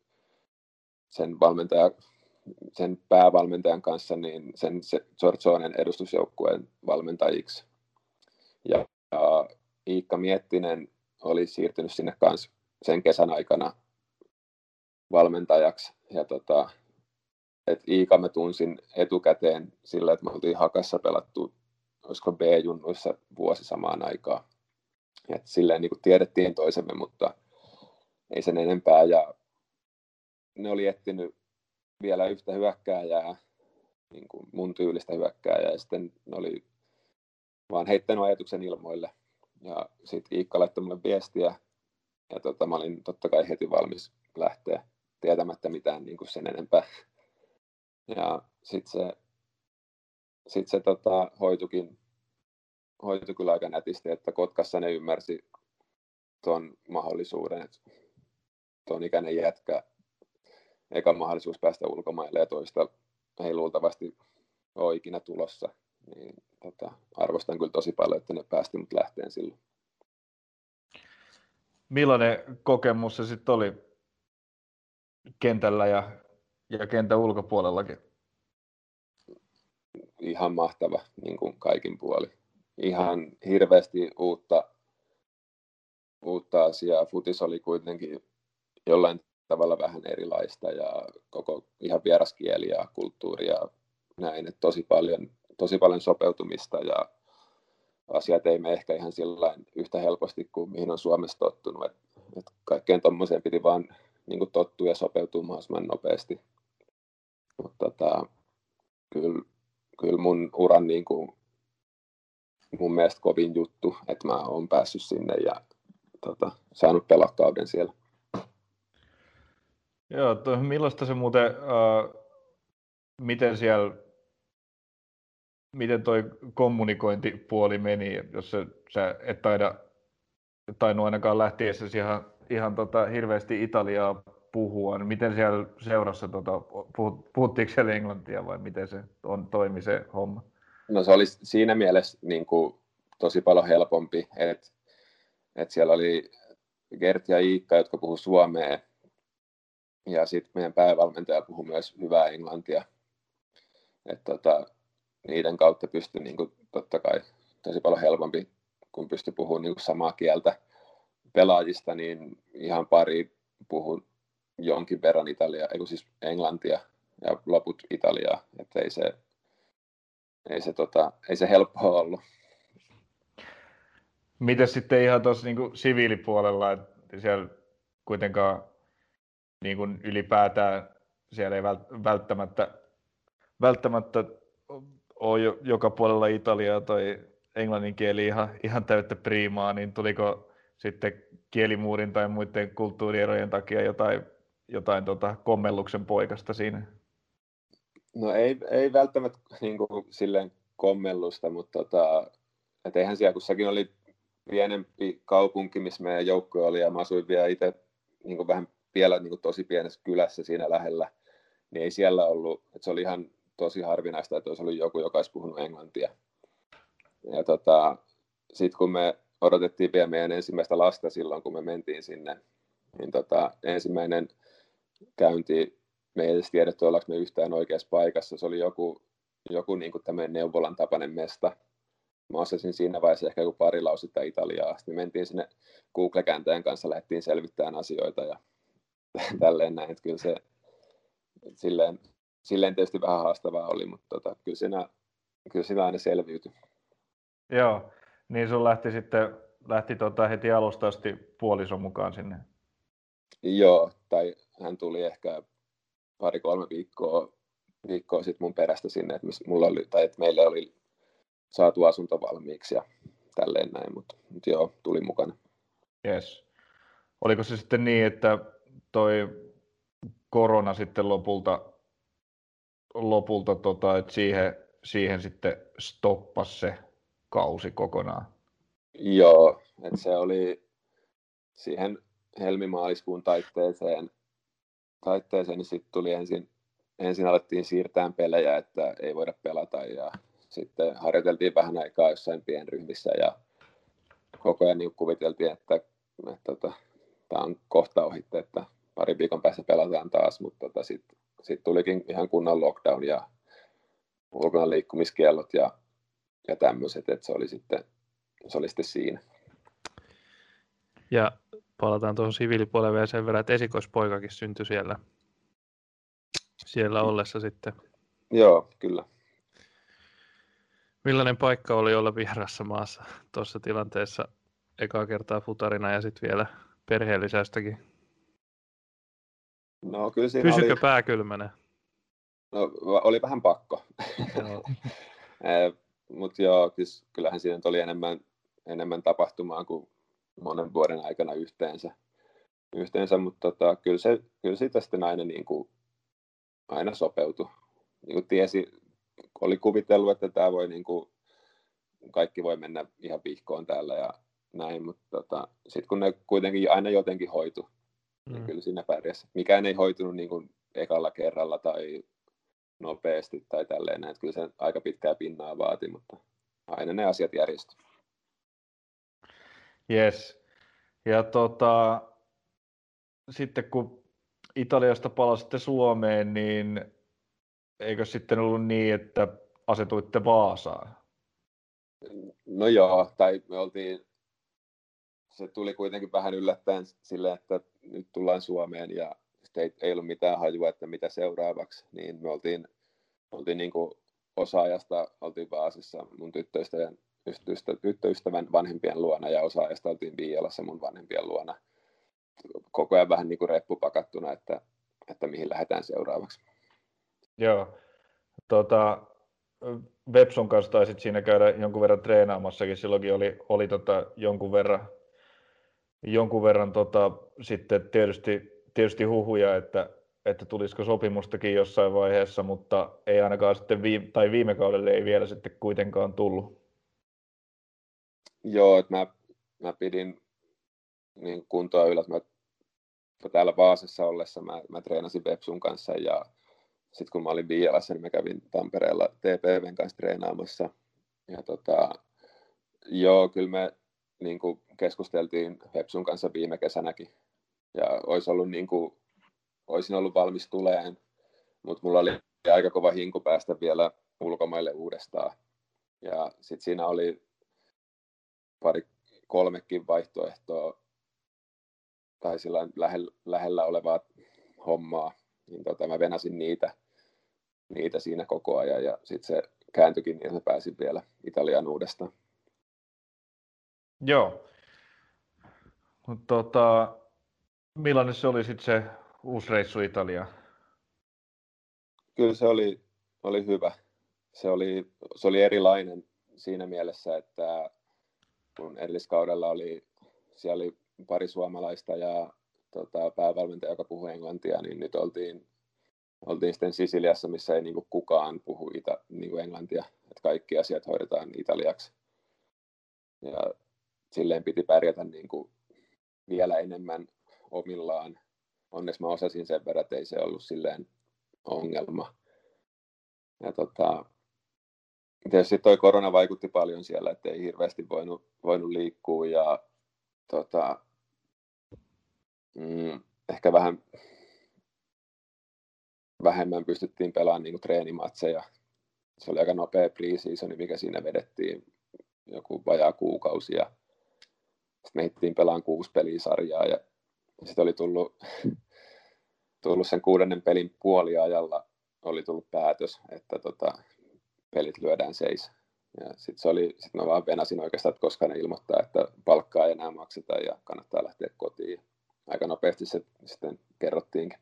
sen päävalmentajan kanssa niin sen Giorgionen edustusjoukkueen valmentajiksi. Ja Iikka Miettinen oli siirtynyt sinne kanssa sen kesän aikana valmentajaksi. Ja Iika mä tunsin etukäteen sillä, että me oltiin Hakassa pelattu, olisiko B-junnuissa vuosi samaan aikaan. Et silleen niin kuin tiedettiin toisemme, mutta ei sen enempää. Ja ne oli etsinyt vielä yhtä hyökkääjää, niin kuin mun tyylistä hyökkääjää, ja sitten ne oli vaan heittänyt ajatuksen ilmoille. Ja sitten Iikka laittoi mulle viestiä, ja mä olin totta kai heti valmis lähteä tietämättä mitään niin kuin sen enempää. Ja sitten se hoitui kyllä aika nätisti, että Kotkassa ne ymmärsi tuon mahdollisuuden, että tuon ikäinen jätkä, eka mahdollisuus päästä ulkomaille ja toista ei luultavasti ole ikinä tulossa. Niin, arvostan kyllä tosi paljon, että ne päästi mut lähteen silloin. Millainen kokemus se sitten oli kentällä ja kentän ulkopuolellakin? Ihan mahtava, niin kuin kaikin puolin. Ihan hirveästi uutta asiaa. Futis oli kuitenkin jollain tavalla vähän erilaista ja koko ihan vieras kieli ja kulttuuri ja näin, että tosi paljon sopeutumista ja asiat ei mene ehkä ihan sillain yhtä helposti kuin mihin on Suomessa tottunut, että kaikkeen tommoseen piti vaan niin kuin tottua ja sopeutua mahdollisimman nopeasti. Mutta kyllä mun uran niin kuin, mun mielestä kovin juttu, että mä oon päässyt sinne ja saanut pelaa kauden siellä. Joo, millaista se muuten, miten toi kommunikointipuoli meni, jos sä et tainnut ainakaan lähtiessä ihan hirveästi italiaa puhua, niin miten siellä seurassa, puhuttiinko siellä englantia vai miten se toimi se homma? No se oli siinä mielessä niin kuin tosi paljon helpompi, että siellä oli Gert ja Iikka, jotka puhuu suomea, ja sitten meidän päävalmentaja puhui myös hyvää englantia. Niiden kautta pystyi niin kuin, totta kai tosi paljon helpompi, kun pystyi puhumaan niin kuin samaa kieltä pelaajista, niin ihan pari puhui jonkin verran siis englantia ja loput italiaa, että ei se helppoa ollut. Miten sitten ihan tuossa niin kuin siviilipuolella, että siellä kuitenkaan niin kuin ylipäätään siellä ei välttämättä ole joka puolella Italiaa tai englannin kieli ihan täyttä priimaa, niin tuliko sitten kielimuurin tai muiden kulttuurierojen takia jotain kommelluksen poikasta siinä? No ei välttämättä niin kuin silleen kommellusta, mutta et eihän siellä, kun sekin oli pienempi kaupunki, missä meidän joukkue oli, ja mä asuin vielä itse niin kuin vähän vielä niin kuin tosi pienessä kylässä siinä lähellä, niin ei siellä ollut, että se oli ihan tosi harvinaista, että olisi ollut joku, joka olisi puhunut englantia. Ja sitten kun me odotettiin vielä meidän ensimmäistä lasta silloin, kun me mentiin sinne, niin ensimmäinen käynti, me ei edes tiedetty, ollaanko me yhtään oikeassa paikassa. Se oli joku niin kuin tämmöinen neuvolan tapainen mesta. Mä osasin siinä vaiheessa ehkä joku pari lausetta italiaa. Sitten me mentiin sinne Google-kääntäjän kanssa, lähdettiin selvittämään asioita ja tälleen näin. Että kyllä se silleen tietysti vähän haastavaa oli, mutta kyllä siinä aina selviytyi. Joo, niin sun lähti heti alusta asti puoliso mukaan sinne. Joo, tai hän tuli ehkä 2-3 viikkoa sitten mun perästä sinne, että meille oli saatu asunto valmiiksi ja tälleen näin, mutta joo, tuli mukana. Yes. Oliko se sitten niin, että toi korona sitten lopulta että siihen sitten stoppasi se kausi kokonaan. Joo, että se oli siihen helmimaaliskuun taitteeseen niin sitten tuli ensin alettiin siirtää pelejä, että ei voida pelata ja sitten harjoiteltiin vähän aikaa jossain pienryhmissä ja koko ajan niin kuviteltiin, että tämä on kohta ohitte, että pari viikon päästä pelataan taas, mutta sitten tulikin ihan kunnon lockdown ja ulkona liikkumiskiellot ja tämmöiset, että se oli sitten siinä. Ja palataan tuohon siviilipuolelle vielä sen verran, että esikoispoikakin syntyi siellä ollessa sitten. Joo, kyllä. Millainen paikka oli olla vierassa maassa tuossa tilanteessa ekaa kertaa futarina ja sitten vielä perheellisästäkin? No, kyllä siinä Pysykö pää kylmänä? No, oli vähän pakko. Joo. Mutta joo, kyllähän siinä oli enemmän tapahtumaa kuin monen vuoden aikana yhteensä, mutta kyllä siitä sitten aina sopeutui. Niin oli kuvitellut, että tämä voi kaikki voi mennä ihan vihkoon täällä ja näin, mutta sitten kun ne kuitenkin aina jotenkin hoitui, niin kyllä siinä pärjäsi. Mikään ei hoitunut ekalla kerralla tai nopeasti tai tälleen, että kyllä se aika pitkää pinnaa vaati, mutta aina ne asiat järjestyi. Yes. Ja sitten kun Italiasta palasitte Suomeen, niin eikö sitten ollut niin, että asetuitte Vaasaan? No joo, tai se tuli kuitenkin vähän yllättäen silleen, että nyt tullaan Suomeen ja ei ollut mitään hajua, että mitä seuraavaksi, niin me oltiin osa-ajasta oltiin Vaasassa mun tyttöystävän vanhempien luona ja osa-ajasta oltiin Viialassa mun vanhempien luona. Koko ajan vähän reppu pakattuna, että mihin lähdetään seuraavaksi. Joo. Vepsun kanssa taisit siinä käydä jonkun verran treenaamassakin. Silloinkin oli jonkun verran sitten tietysti huhuja, että tulisiko sopimustakin jossain vaiheessa, mutta ei ainakaan sitten viime kaudelle ei vielä sitten kuitenkaan tullut. Joo, että mä pidin kuntoa ylös. Mä täällä Vaasassa ollessa mä treenasin Vepsun kanssa ja sitten kun mä olin Viialassa, niin mä kävin Tampereella TPVn kanssa treenaamassa. Ja joo, kyllä me keskusteltiin Vepsun kanssa viime kesänäkin. Ja olisin ollut valmis tuleen, mutta mulla oli aika kova hinku päästä vielä ulkomaille uudestaan. Ja sitten siinä oli 3 vaihtoehtoa tai sillä lähellä olevaa hommaa, niin mä venasin niitä siinä koko ajan ja sitten se kääntyikin niin, että mä pääsin vielä Italiaan uudestaan. Joo. Millainen se oli sitten se uusi reissu Italiaan? Kyllä se oli hyvä. Se oli erilainen siinä mielessä, että kun edelliskaudella siellä oli pari suomalaista ja päävalmentaja, joka puhui englantia, niin nyt oltiin sitten Sisiliassa, missä ei kukaan puhu englantia, että kaikki asiat hoidetaan italiaksi. Ja silleen piti pärjätä vielä enemmän omillaan. Onneksi mä osasin sen verran, että ei se ollut silleen ongelma. Ja tietysti toi korona vaikutti paljon siellä, että ei hirveästi voinut liikkua ja ehkä vähän vähemmän pystyttiin pelaamaan treenimatseja. Se oli aika nopea pre-seasoni, mikä siinä vedettiin joku vajaa kuukausi. Ja sitten me ehdittiin pelaamaan 6 pelisarjaa ja sitten oli tullut sen 6. pelin puoliajalla oli tullut päätös, että pelit lyödään seis. Ja sitten mä vaan venasin oikeastaan, että koska ne ilmoittaa, että palkkaa ei enää makseta ja kannattaa lähteä kotiin. Aika nopeasti se sitten kerrottiinkin.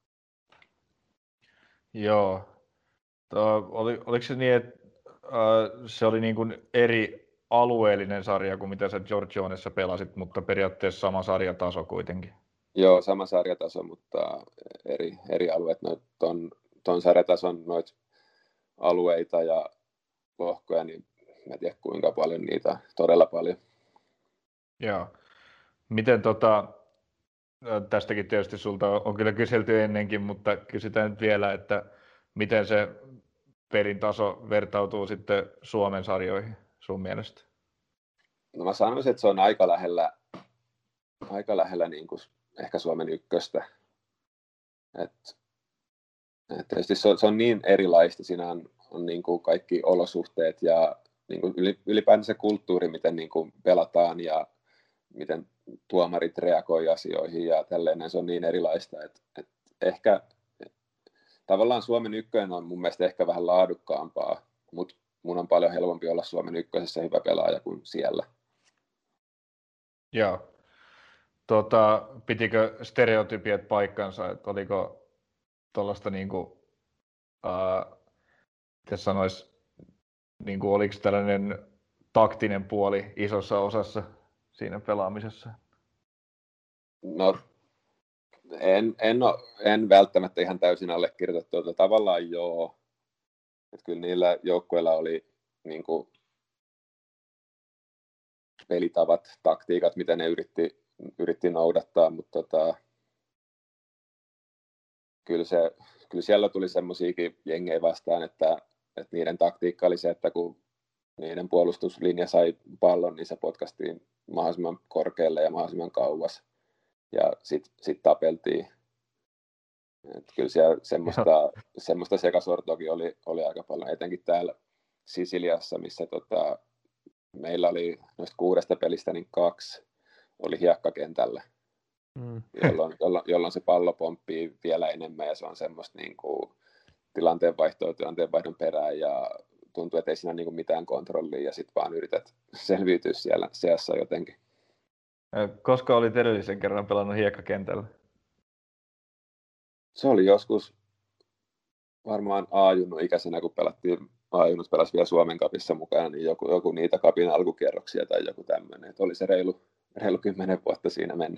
Joo. Oliko se niin, että se oli niin kuin eri alueellinen sarja kuin mitä sä Giorgionessa pelasit, mutta periaatteessa sama sarjataso kuitenkin? Joo, sama sarjataso, mutta eri alueet. Ton sarjatason noita alueita ja lohkoja, niin mä en tiedä kuinka paljon niitä on. Todella paljon. Joo. Miten tästäkin tietysti sulta on kyllä kyselty ennenkin, mutta kysytään nyt vielä, että miten se pelin taso vertautuu sitten Suomen sarjoihin sun mielestä? No mä sanoisin, että se on aika lähellä niin kuin ehkä Suomen ykköstä. Et tietysti se on niin erilaista, siinä on niin kuin kaikki olosuhteet ja niin kuin ylipäätään se kulttuuri, miten niin kuin pelataan ja miten tuomarit reagoi asioihin ja tälleen, se on niin erilaista, että ehkä tavallaan Suomen ykkönen on mun mielestä ehkä vähän laadukkaampaa, mutta mun on paljon helpompi olla Suomen ykkösessä hyvä pelaaja kuin siellä. Joo. Pitikö stereotypiat paikkansa, että oliko tuollaista niinku, miten sanois, niinku, oliko tällainen taktinen puoli isossa osassa siinä pelaamisessa? No, en välttämättä ihan täysin allekirjoita tuota. Tavallaan joo. Että kyllä niillä joukkueilla oli niin kuin pelitavat, taktiikat, mitä ne yritti noudattaa, mutta kyllä siellä tuli semmoisiakin jengejä vastaan, että niiden taktiikka oli se, että kun niiden puolustuslinja sai pallon, niin se potkastiin mahdollisimman korkealle ja mahdollisimman kauas. Ja sit tapeltiin. Et kyllä siellä semmoista sekasortoakin oli aika paljon, etenkin täällä Sisiliassa, missä meillä oli noista 6 pelistä niin 2 oli hiekkakentällä, jolloin se pallo pomppii vielä enemmän ja se on semmoista niin kuin tilanteenvaihdon perään ja tuntuu, että ei siinä niin kuin mitään kontrollia ja sitten vaan yrität selviytyä siellä seassa jotenkin. Koska olit edellisen kerran pelannut hiekkakentällä? Se oli joskus varmaan A-junnu ikäisenä, kun pelattiin A-junnut pelasi vielä Suomen Cupissa mukana, niin joku niitä Cupin alkukierroksia tai joku tämmöinen. Oli se reilu 10 vuotta siinä mennä.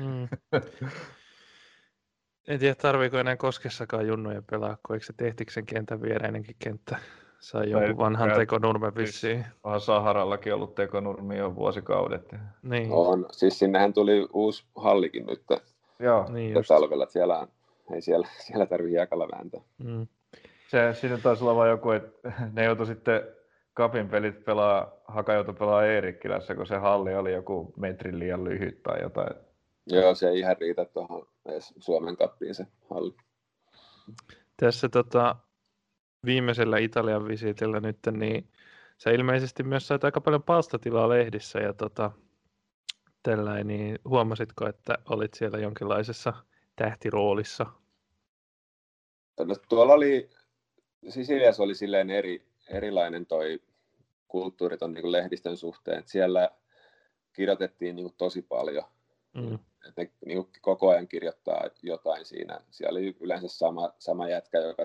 En tiedä, tarviiko enää Koskessakaan junnuja pelaa, kun eikö se Tehtiksen kentän viereinenkin kenttä sai jonkun vanhan tekonurmen vissiin. Onhan Saharallakin ollut tekonurmi jo vuosikaudet. Niin. On. Siis sinnehän tuli uusi hallikin nyt niin talvella. Ei siellä tarvitse hiekalla vääntää. Siinä taisi olla vain joku, että ne joutui sitten Cupin pelit joutui pelaa Eerikkilässä, kun se halli oli joku metrin liian lyhyt tai jotain. Joo, se ei ihan riitä tuohon edes Suomen Cupiin se halli. Tässä viimeisellä Italian visitillä nyt, niin sä ilmeisesti myös sait aika paljon palstatilaa lehdissä ja tälläin, niin huomasitko, että olit siellä jonkinlaisessa tähtiroolissa? No, tuolla oli, Sisiliassa oli silleen erilainen toi kulttuuri ton niin lehdistön suhteen, että siellä kirjoitettiin niin tosi paljon. Että ne niin koko ajan kirjoittaa jotain siinä. Siellä oli yleensä sama jätkä, joka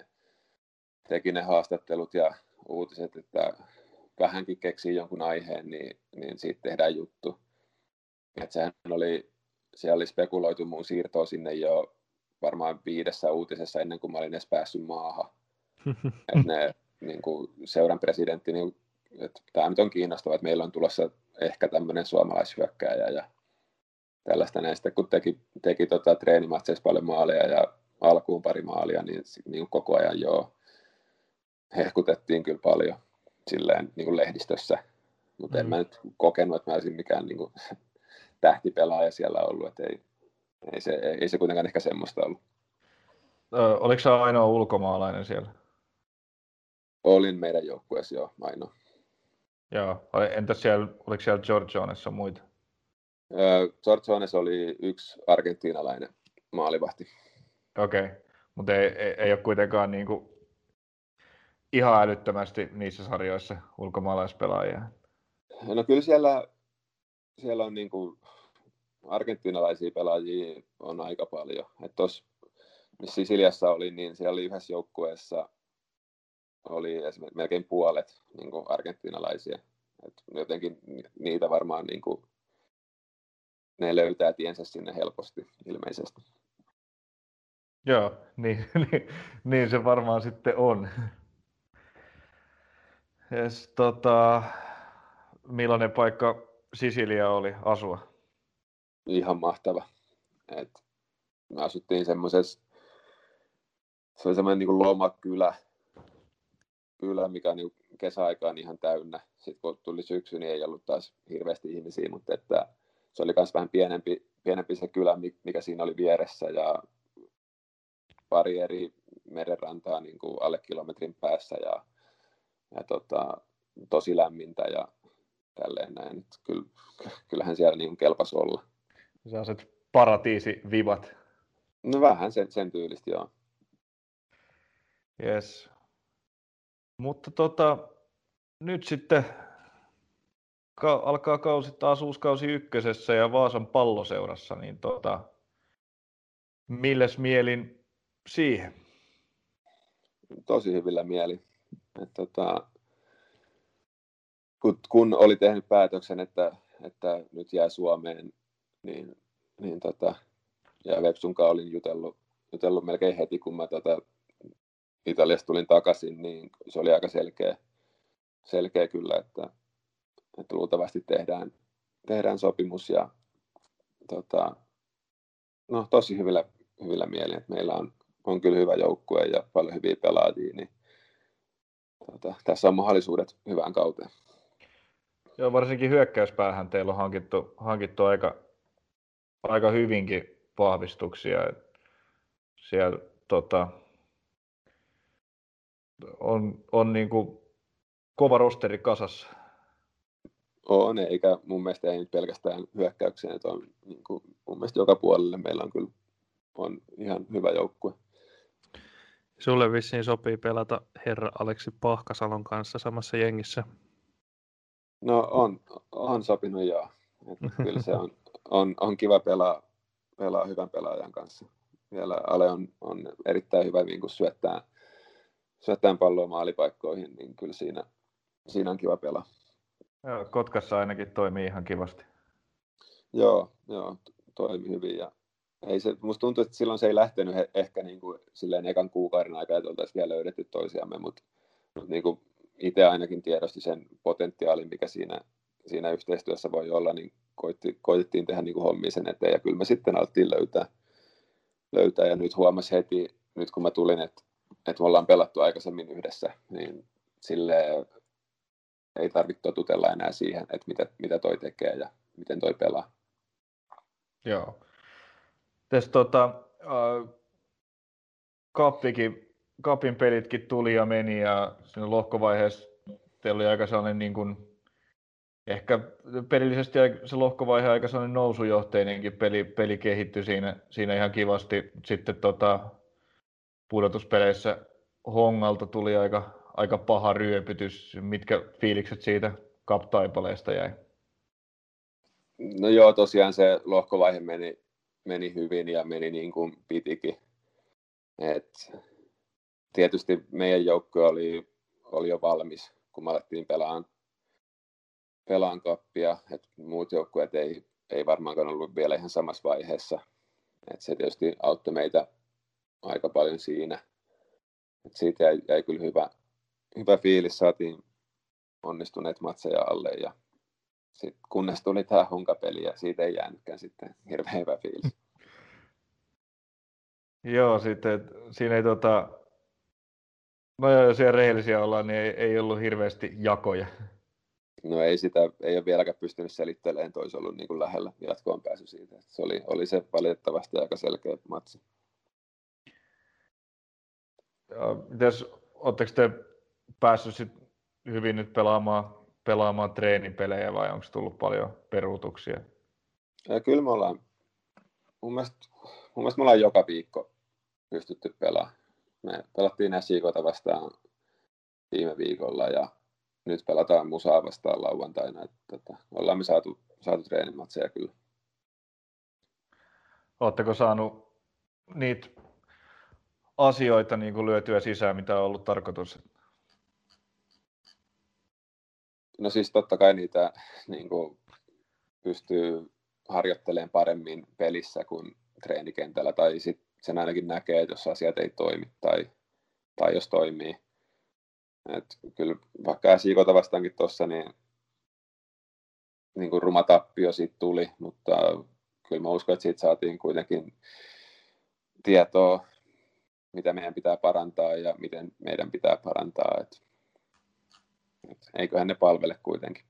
teki ne haastattelut ja uutiset, että vähänkin keksii jonkun aiheen, niin siitä tehdään juttu. Että siellä oli spekuloitu mun siirtoa sinne jo varmaan 5 uutisessa ennen kuin mä olin edes päässyt maahan. Että ne niin kuin seuran presidentti, niin, että tämä nyt on kiinnostavaa, että meillä on tulossa ehkä tämmöinen suomalaishyökkääjä ja tällaista näistä, kun teki treenimatseissa paljon maaleja ja alkuun pari maalia, niin koko ajan jo hehkutettiin kyllä paljon silleen niin kuin lehdistössä, mutta en mä nyt kokenut, että mä olisin mikään niin kuin tähtipelaaja siellä ollut, että ei se kuitenkaan ehkä semmoista ollut. Oliko se ainoa ulkomaalainen siellä? Olin meidän joukkueessa jo ainoa. Joo. Entäs oliko siellä George Jonesissa muita? George Jones oli yksi argentiinalainen maalivahti. Okei, mutta ei ole kuitenkaan niin kuin ihan älyttömästi niissä sarjoissa ulkomaalaispelaajia. No kyllä siellä on niin kuin argentiinalaisia pelaajia on aika paljon. Että tuossa Sisiliassa oli, niin siellä oli yhdessä joukkueessa oli esimerkiksi melkein puolet niin kuin argentiinalaisia. Et jotenkin niitä varmaan niin kuin ne löytää tiensä sinne helposti ilmeisesti. Joo, niin se varmaan sitten on. Yes, millainen paikka Sisilia oli asua? Ihan mahtava. Me asuttiin semmoisessa, se oli semmoinen niin lomakylä, mikä on niin kesäaikaan ihan täynnä. Sitten kun tuli syksy, niin ei ollut taas hirveästi ihmisiä, mutta että se oli myös vähän pienempi se kylä, mikä siinä oli vieressä, ja pari eri merenrantaa niin kuin alle kilometrin päässä, ja tosi lämmintä ja tälleen näin. Kyllähän siellä niin kelpasi olla. Sellaiset paratiisivivat. No vähän sen tyylistä, joo. Yes. Mutta nyt sitten alkaa kausi taas uuskausi ykkösessä ja Vaasan Palloseurassa, niin milles mielin siihen? Tosi hyvillä mieli. Kun oli tehnyt päätöksen, että nyt jää Suomeen, niin ja Vepsunkaan olin jutellut melkein heti, kun mä Italiasta tulin takaisin, niin se oli aika selkeä kyllä, että luultavasti tehdään sopimus, ja tosi hyvillä mielin, että meillä on kyllä hyvä joukkue ja paljon hyviä pelaajia, niin tässä on mahdollisuudet hyvään kauteen. Joo, varsinkin hyökkäyspäähän teillä on hankittu aika hyvinkin vahvistuksia. Siellä on niin kuin kova rosteri kasassa. On, eikä mun mielestä ei nyt pelkästään hyökkäykseen, että on niin kuin, mun mielestä joka puolelle meillä on ihan hyvä joukkue. Sulle vissiin sopii pelata herra Aleksi Pahkasalon kanssa samassa jengissä. No on sopinut, joo. Kyllä se on kiva pelaa hyvän pelaajan kanssa. Vielä Ale on erittäin hyvä niin kun syöttää palloa maalipaikkoihin, niin kyllä siinä on kiva pelaa. Joo, Kotkassa ainakin toimii ihan kivasti. Joo, toimi hyvin. Ja musta tuntuu, että silloin se ei lähtenyt ehkä niin kuin silleen ekan kuukauden aikaa, että oltaisiin vielä löydetty toisiamme, mutta niin kuin itse ainakin tiedosti sen potentiaalin, mikä siinä yhteistyössä voi olla, niin koitettiin tehdä niin kuin hommia sen eteen, ja kyllä me sitten alettiin löytää, ja nyt huomasi heti, nyt kun mä tulin, että me ollaan pelattu aikaisemmin yhdessä, niin silleen ei tarvitse totutella enää siihen, että mitä toi tekee ja miten toi pelaa. Joo. Tässä Cupin pelitkin tuli ja meni, ja siinä lohkovaiheessa teillä oli aika sellainen niin kuin, ehkä pelillisesti se lohkovaihe aika sellainen nousujohteinenkin peli kehittyi siinä ihan kivasti. Sitten pudotuspeleissä Hongalta tuli aika paha ryöpytys. Mitkä fiilikset siitä Cup-taipaleesta jäi? No joo, tosiaan se lohkovaihe meni hyvin ja meni niin kuin pitikin. Tietysti meidän joukkue oli jo valmis, kun me alettiin pelaan Cupia. Muut joukkueet ei varmaankaan ollut vielä ihan samassa vaiheessa. Se tietysti auttoi meitä aika paljon siinä. Siitä jäi kyllä hyvä fiilis, saatiin onnistuneet matseja alle, ja sitten kunnes tuli tämä Honka-peli, ja siitä ei jäänytkään sitten hirveän hyvä fiilis. Joo, sitten siinä ei no jos siellä rehellisiä ollaan, niin ei ollut hirveästi jakoja. No ei ole vieläkään pystynyt selittelemään, että olisi ollut niin kuin lähellä jatkoon pääsy siitä. Se oli se valitettavasti aika selkeä matsi. Oletteko te päässyt sit hyvin nyt pelaamaan treenipelejä, vai onko tullut paljon peruutuksia? Kyllä me ollaan, mun mielestä me ollaan joka viikko pystytty pelaamaan. Me pelattiin SJK:ta vastaan viime viikolla, ja nyt pelataan Musaa vastaan lauantaina. Ollaan me saatu treenimatseja kyllä. Oletteko saanut niitä asioita niin kuin lyötyä sisään, mitä on ollut tarkoitus? No siis totta kai niitä niin kuin pystyy harjoittelee paremmin pelissä kuin treenikentällä, tai sitten sen ainakin näkee, että jos asiat ei toimi tai jos toimii. Et kyllä vaikka SJK:ta vastaankin tuossa, niin kuin ruma tappio siitä tuli, mutta kyllä mä uskon, että siitä saatiin kuitenkin tietoa, mitä meidän pitää parantaa ja miten meidän pitää parantaa. Et eiköhän ne palvele kuitenkin.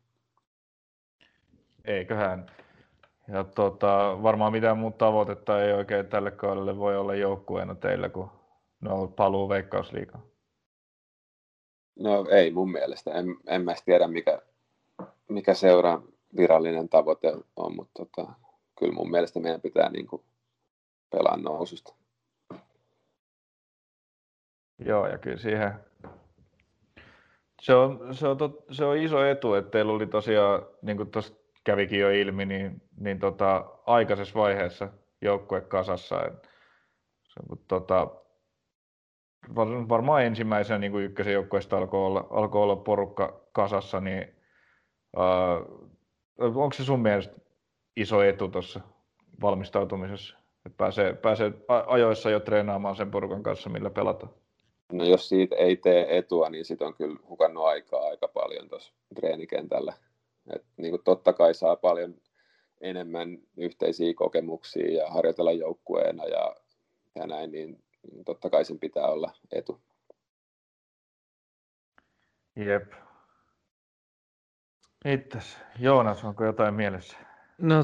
Eiköhän. Ja varmaan mitään muuta tavoitetta ei oikein tälle kaudelle voi olla joukkueena teillä, kun paluu Veikkausliigaan. No ei mun mielestä. En mä tiedä, mikä seuraa virallinen tavoite on, mutta kyllä mun mielestä meidän pitää niin kuin pelaa noususta. Joo, ja kyllä siihen se on iso etu, että teillä oli tosiaan, niin kuin tuossa kävikin jo ilmi, niin aikaisessa vaiheessa joukkue kasassa. Varmaan ensimmäisenä niin kuin ykkösen joukkueesta alkoi olla porukka kasassa, niin onko se sun mielestä iso etu tuossa valmistautumisessa, että pääsee ajoissa jo treenaamaan sen porukan kanssa, millä pelataan? No jos siitä ei tee etua, niin sit on kyllä hukannut aikaa aika paljon tuossa treenikentällä. Et niin kuin totta kai saa paljon enemmän yhteisiä kokemuksia ja harjoitella joukkueena ja näin, niin totta kai sen pitää olla etu. Jep. Mitäs? Joonas, onko jotain mielessä? No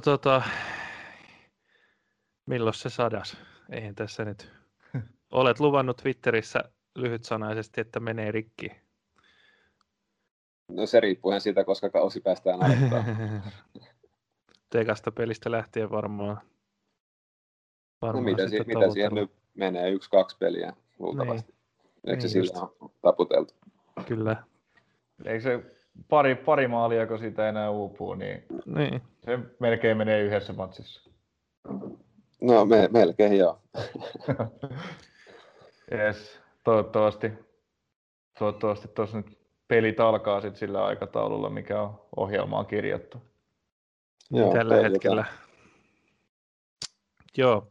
milloin se 100? Eihän tässä nyt. Olet luvannut Twitterissä lyhytsanaisesti, että menee rikki. No se riippuuhan siitä, koska kausi päästään aloittamaan. Tekasta pelistä lähtien varmaan No mitä siihen nyt menee? 1-2 peliä luultavasti. Niin. Eikö se sillä on taputeltu? Kyllä. Eikö se pari maalia, kun siitä enää uupuu, niin se melkein menee yhdessä matsissa. No melkein joo. Yes, toivottavasti tuossa nyt pelit alkaa sit sillä aikataululla, mikä on ohjelmaan kirjattu. Joo, tällä hetkellä. Joo,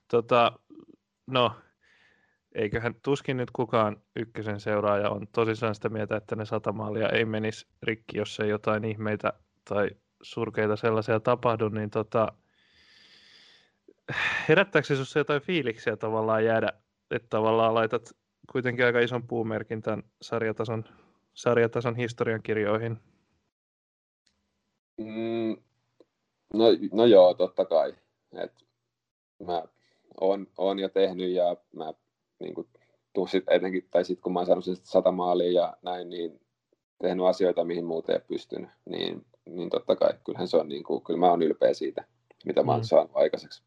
no eiköhän tuskin nyt kukaan ykkösen seuraaja on tosissaan sitä mieltä, että ne 100 maalia ei menisi rikki, jos ei jotain ihmeitä tai surkeita sellaisia tapahdu, niin herättääkö se sinussa jotain fiiliksiä tavallaan jäädä, että tavallaan laitat kuitenkin aika ison puumerkin tämän sarjatason historiankirjoihin? No joo, totta kai. Mä oon jo tehnyt ja mä niin kuin, etenkin, tai sitten kun mä oon saanut 100 maalia ja näin, niin tehnyt asioita, mihin muuten ei pystynyt, niin totta kai, kyllähän se on niin kuin, kyllä mä oon ylpeä siitä, mitä mä oon saanut aikaiseksi.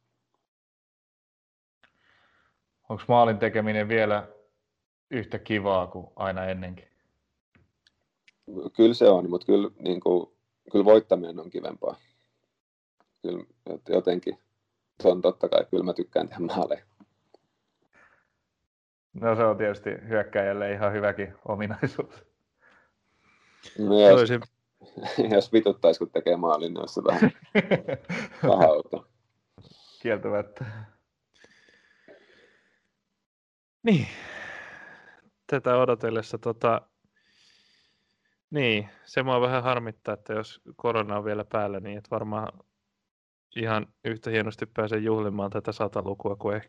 Onko maalin tekeminen vielä yhtä kivaa kuin aina ennenkin? Kyllä se on, mutta kyllä voittaminen on kivempaa. Kyllä jotenkin, se on totta kai, kyllä mä tykkään tehdä maaleja. No se on tietysti hyökkääjälle ihan hyväkin ominaisuus. No, jos vituttaisi, kun tekee maalin, niin olisi se vähän pahauta. Kieltämättä. Niin, tätä odotellessa niin, se mua vähän harmittaa, että jos korona on vielä päällä, niin et varmaan ihan yhtä hienosti pääse juhlimaan tätä 100-lukua kuin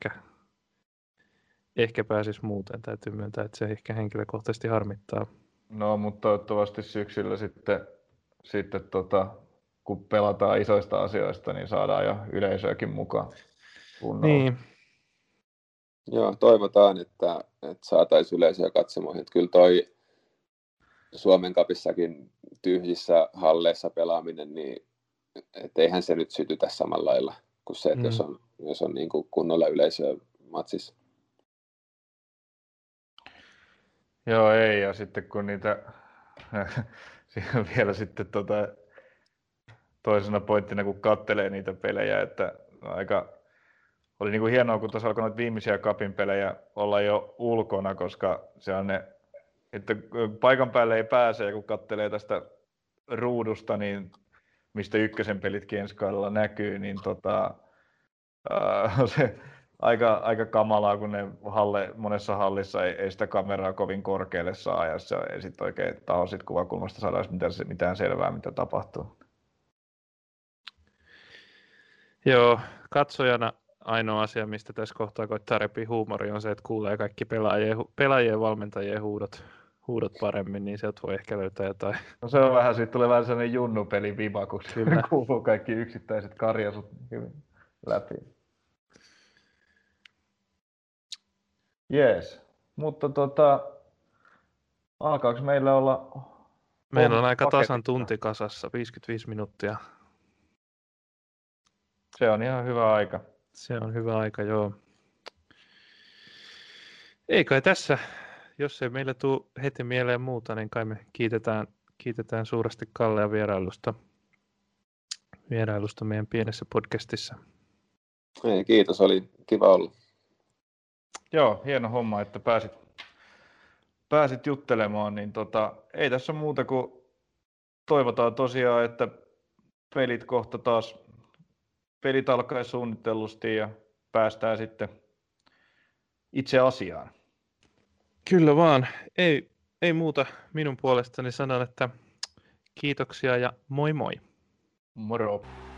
ehkä pääsisi muuten. Täytyy myöntää, että se ehkä henkilökohtaisesti harmittaa. No, mutta toivottavasti syksyllä sitten kun pelataan isoista asioista, niin saadaan jo yleisöäkin mukaan. Niin. Joo, toivotaan, että saataisiin yleisöä katsomaan. Kyllä toi Suomen Cupissakin tyhjissä halleissa pelaaminen, niin eihän se nyt sytytä samalla lailla kuin se, että jos on niin kuin kunnolla yleisöä matsissa. Joo, ei. Ja sitten kun siinä vielä sitten toisena pointtina, kun kattelee niitä pelejä, että oli niin kuin hienoa, kun tuossa alkoi noita viimeisiä Cupin pelejä olla jo ulkona, koska se on että paikan päälle ei pääse, ja kun kattelee tästä ruudusta, niin mistä ykkösen pelitkin ensi kaudella näkyy, niin se aika kamalaa, kun ne monessa hallissa ei sitä kameraa kovin korkealle saa, ja se ei sitten oikein taho sit kuvakulmasta saada mitään selvää, mitä tapahtuu. Joo, katsojana ainoa asia, mistä tässä kohtaa koittaa repiä huumori, on se, että kuulee kaikki pelaajien ja valmentajien huudot paremmin, niin sieltä voi ehkä löytää jotain. No se on vähän, siitä tulee vähän sellainen junnupeli viba, kun sille kuuluu kaikki yksittäiset karjasut hyvin läpi. Jees, mutta alkaako meillä olla... Meillä on aika tasan tunti kasassa, 55 minuuttia. Se on ihan hyvä aika. Se on hyvä aika, joo. Ei kai tässä, jos ei meille tule heti mieleen muuta, niin kai me kiitetään suuresti Kallea vierailusta meidän pienessä podcastissa. Ei, kiitos, oli kiva olla. Joo, hieno homma, että pääsit juttelemaan, niin ei tässä muuta kuin toivotaan tosiaan, että pelit alkaa suunnitellusti ja päästään sitten itse asiaan. Kyllä vaan, ei muuta minun puolestani sanon, että kiitoksia ja moi moi. Moro.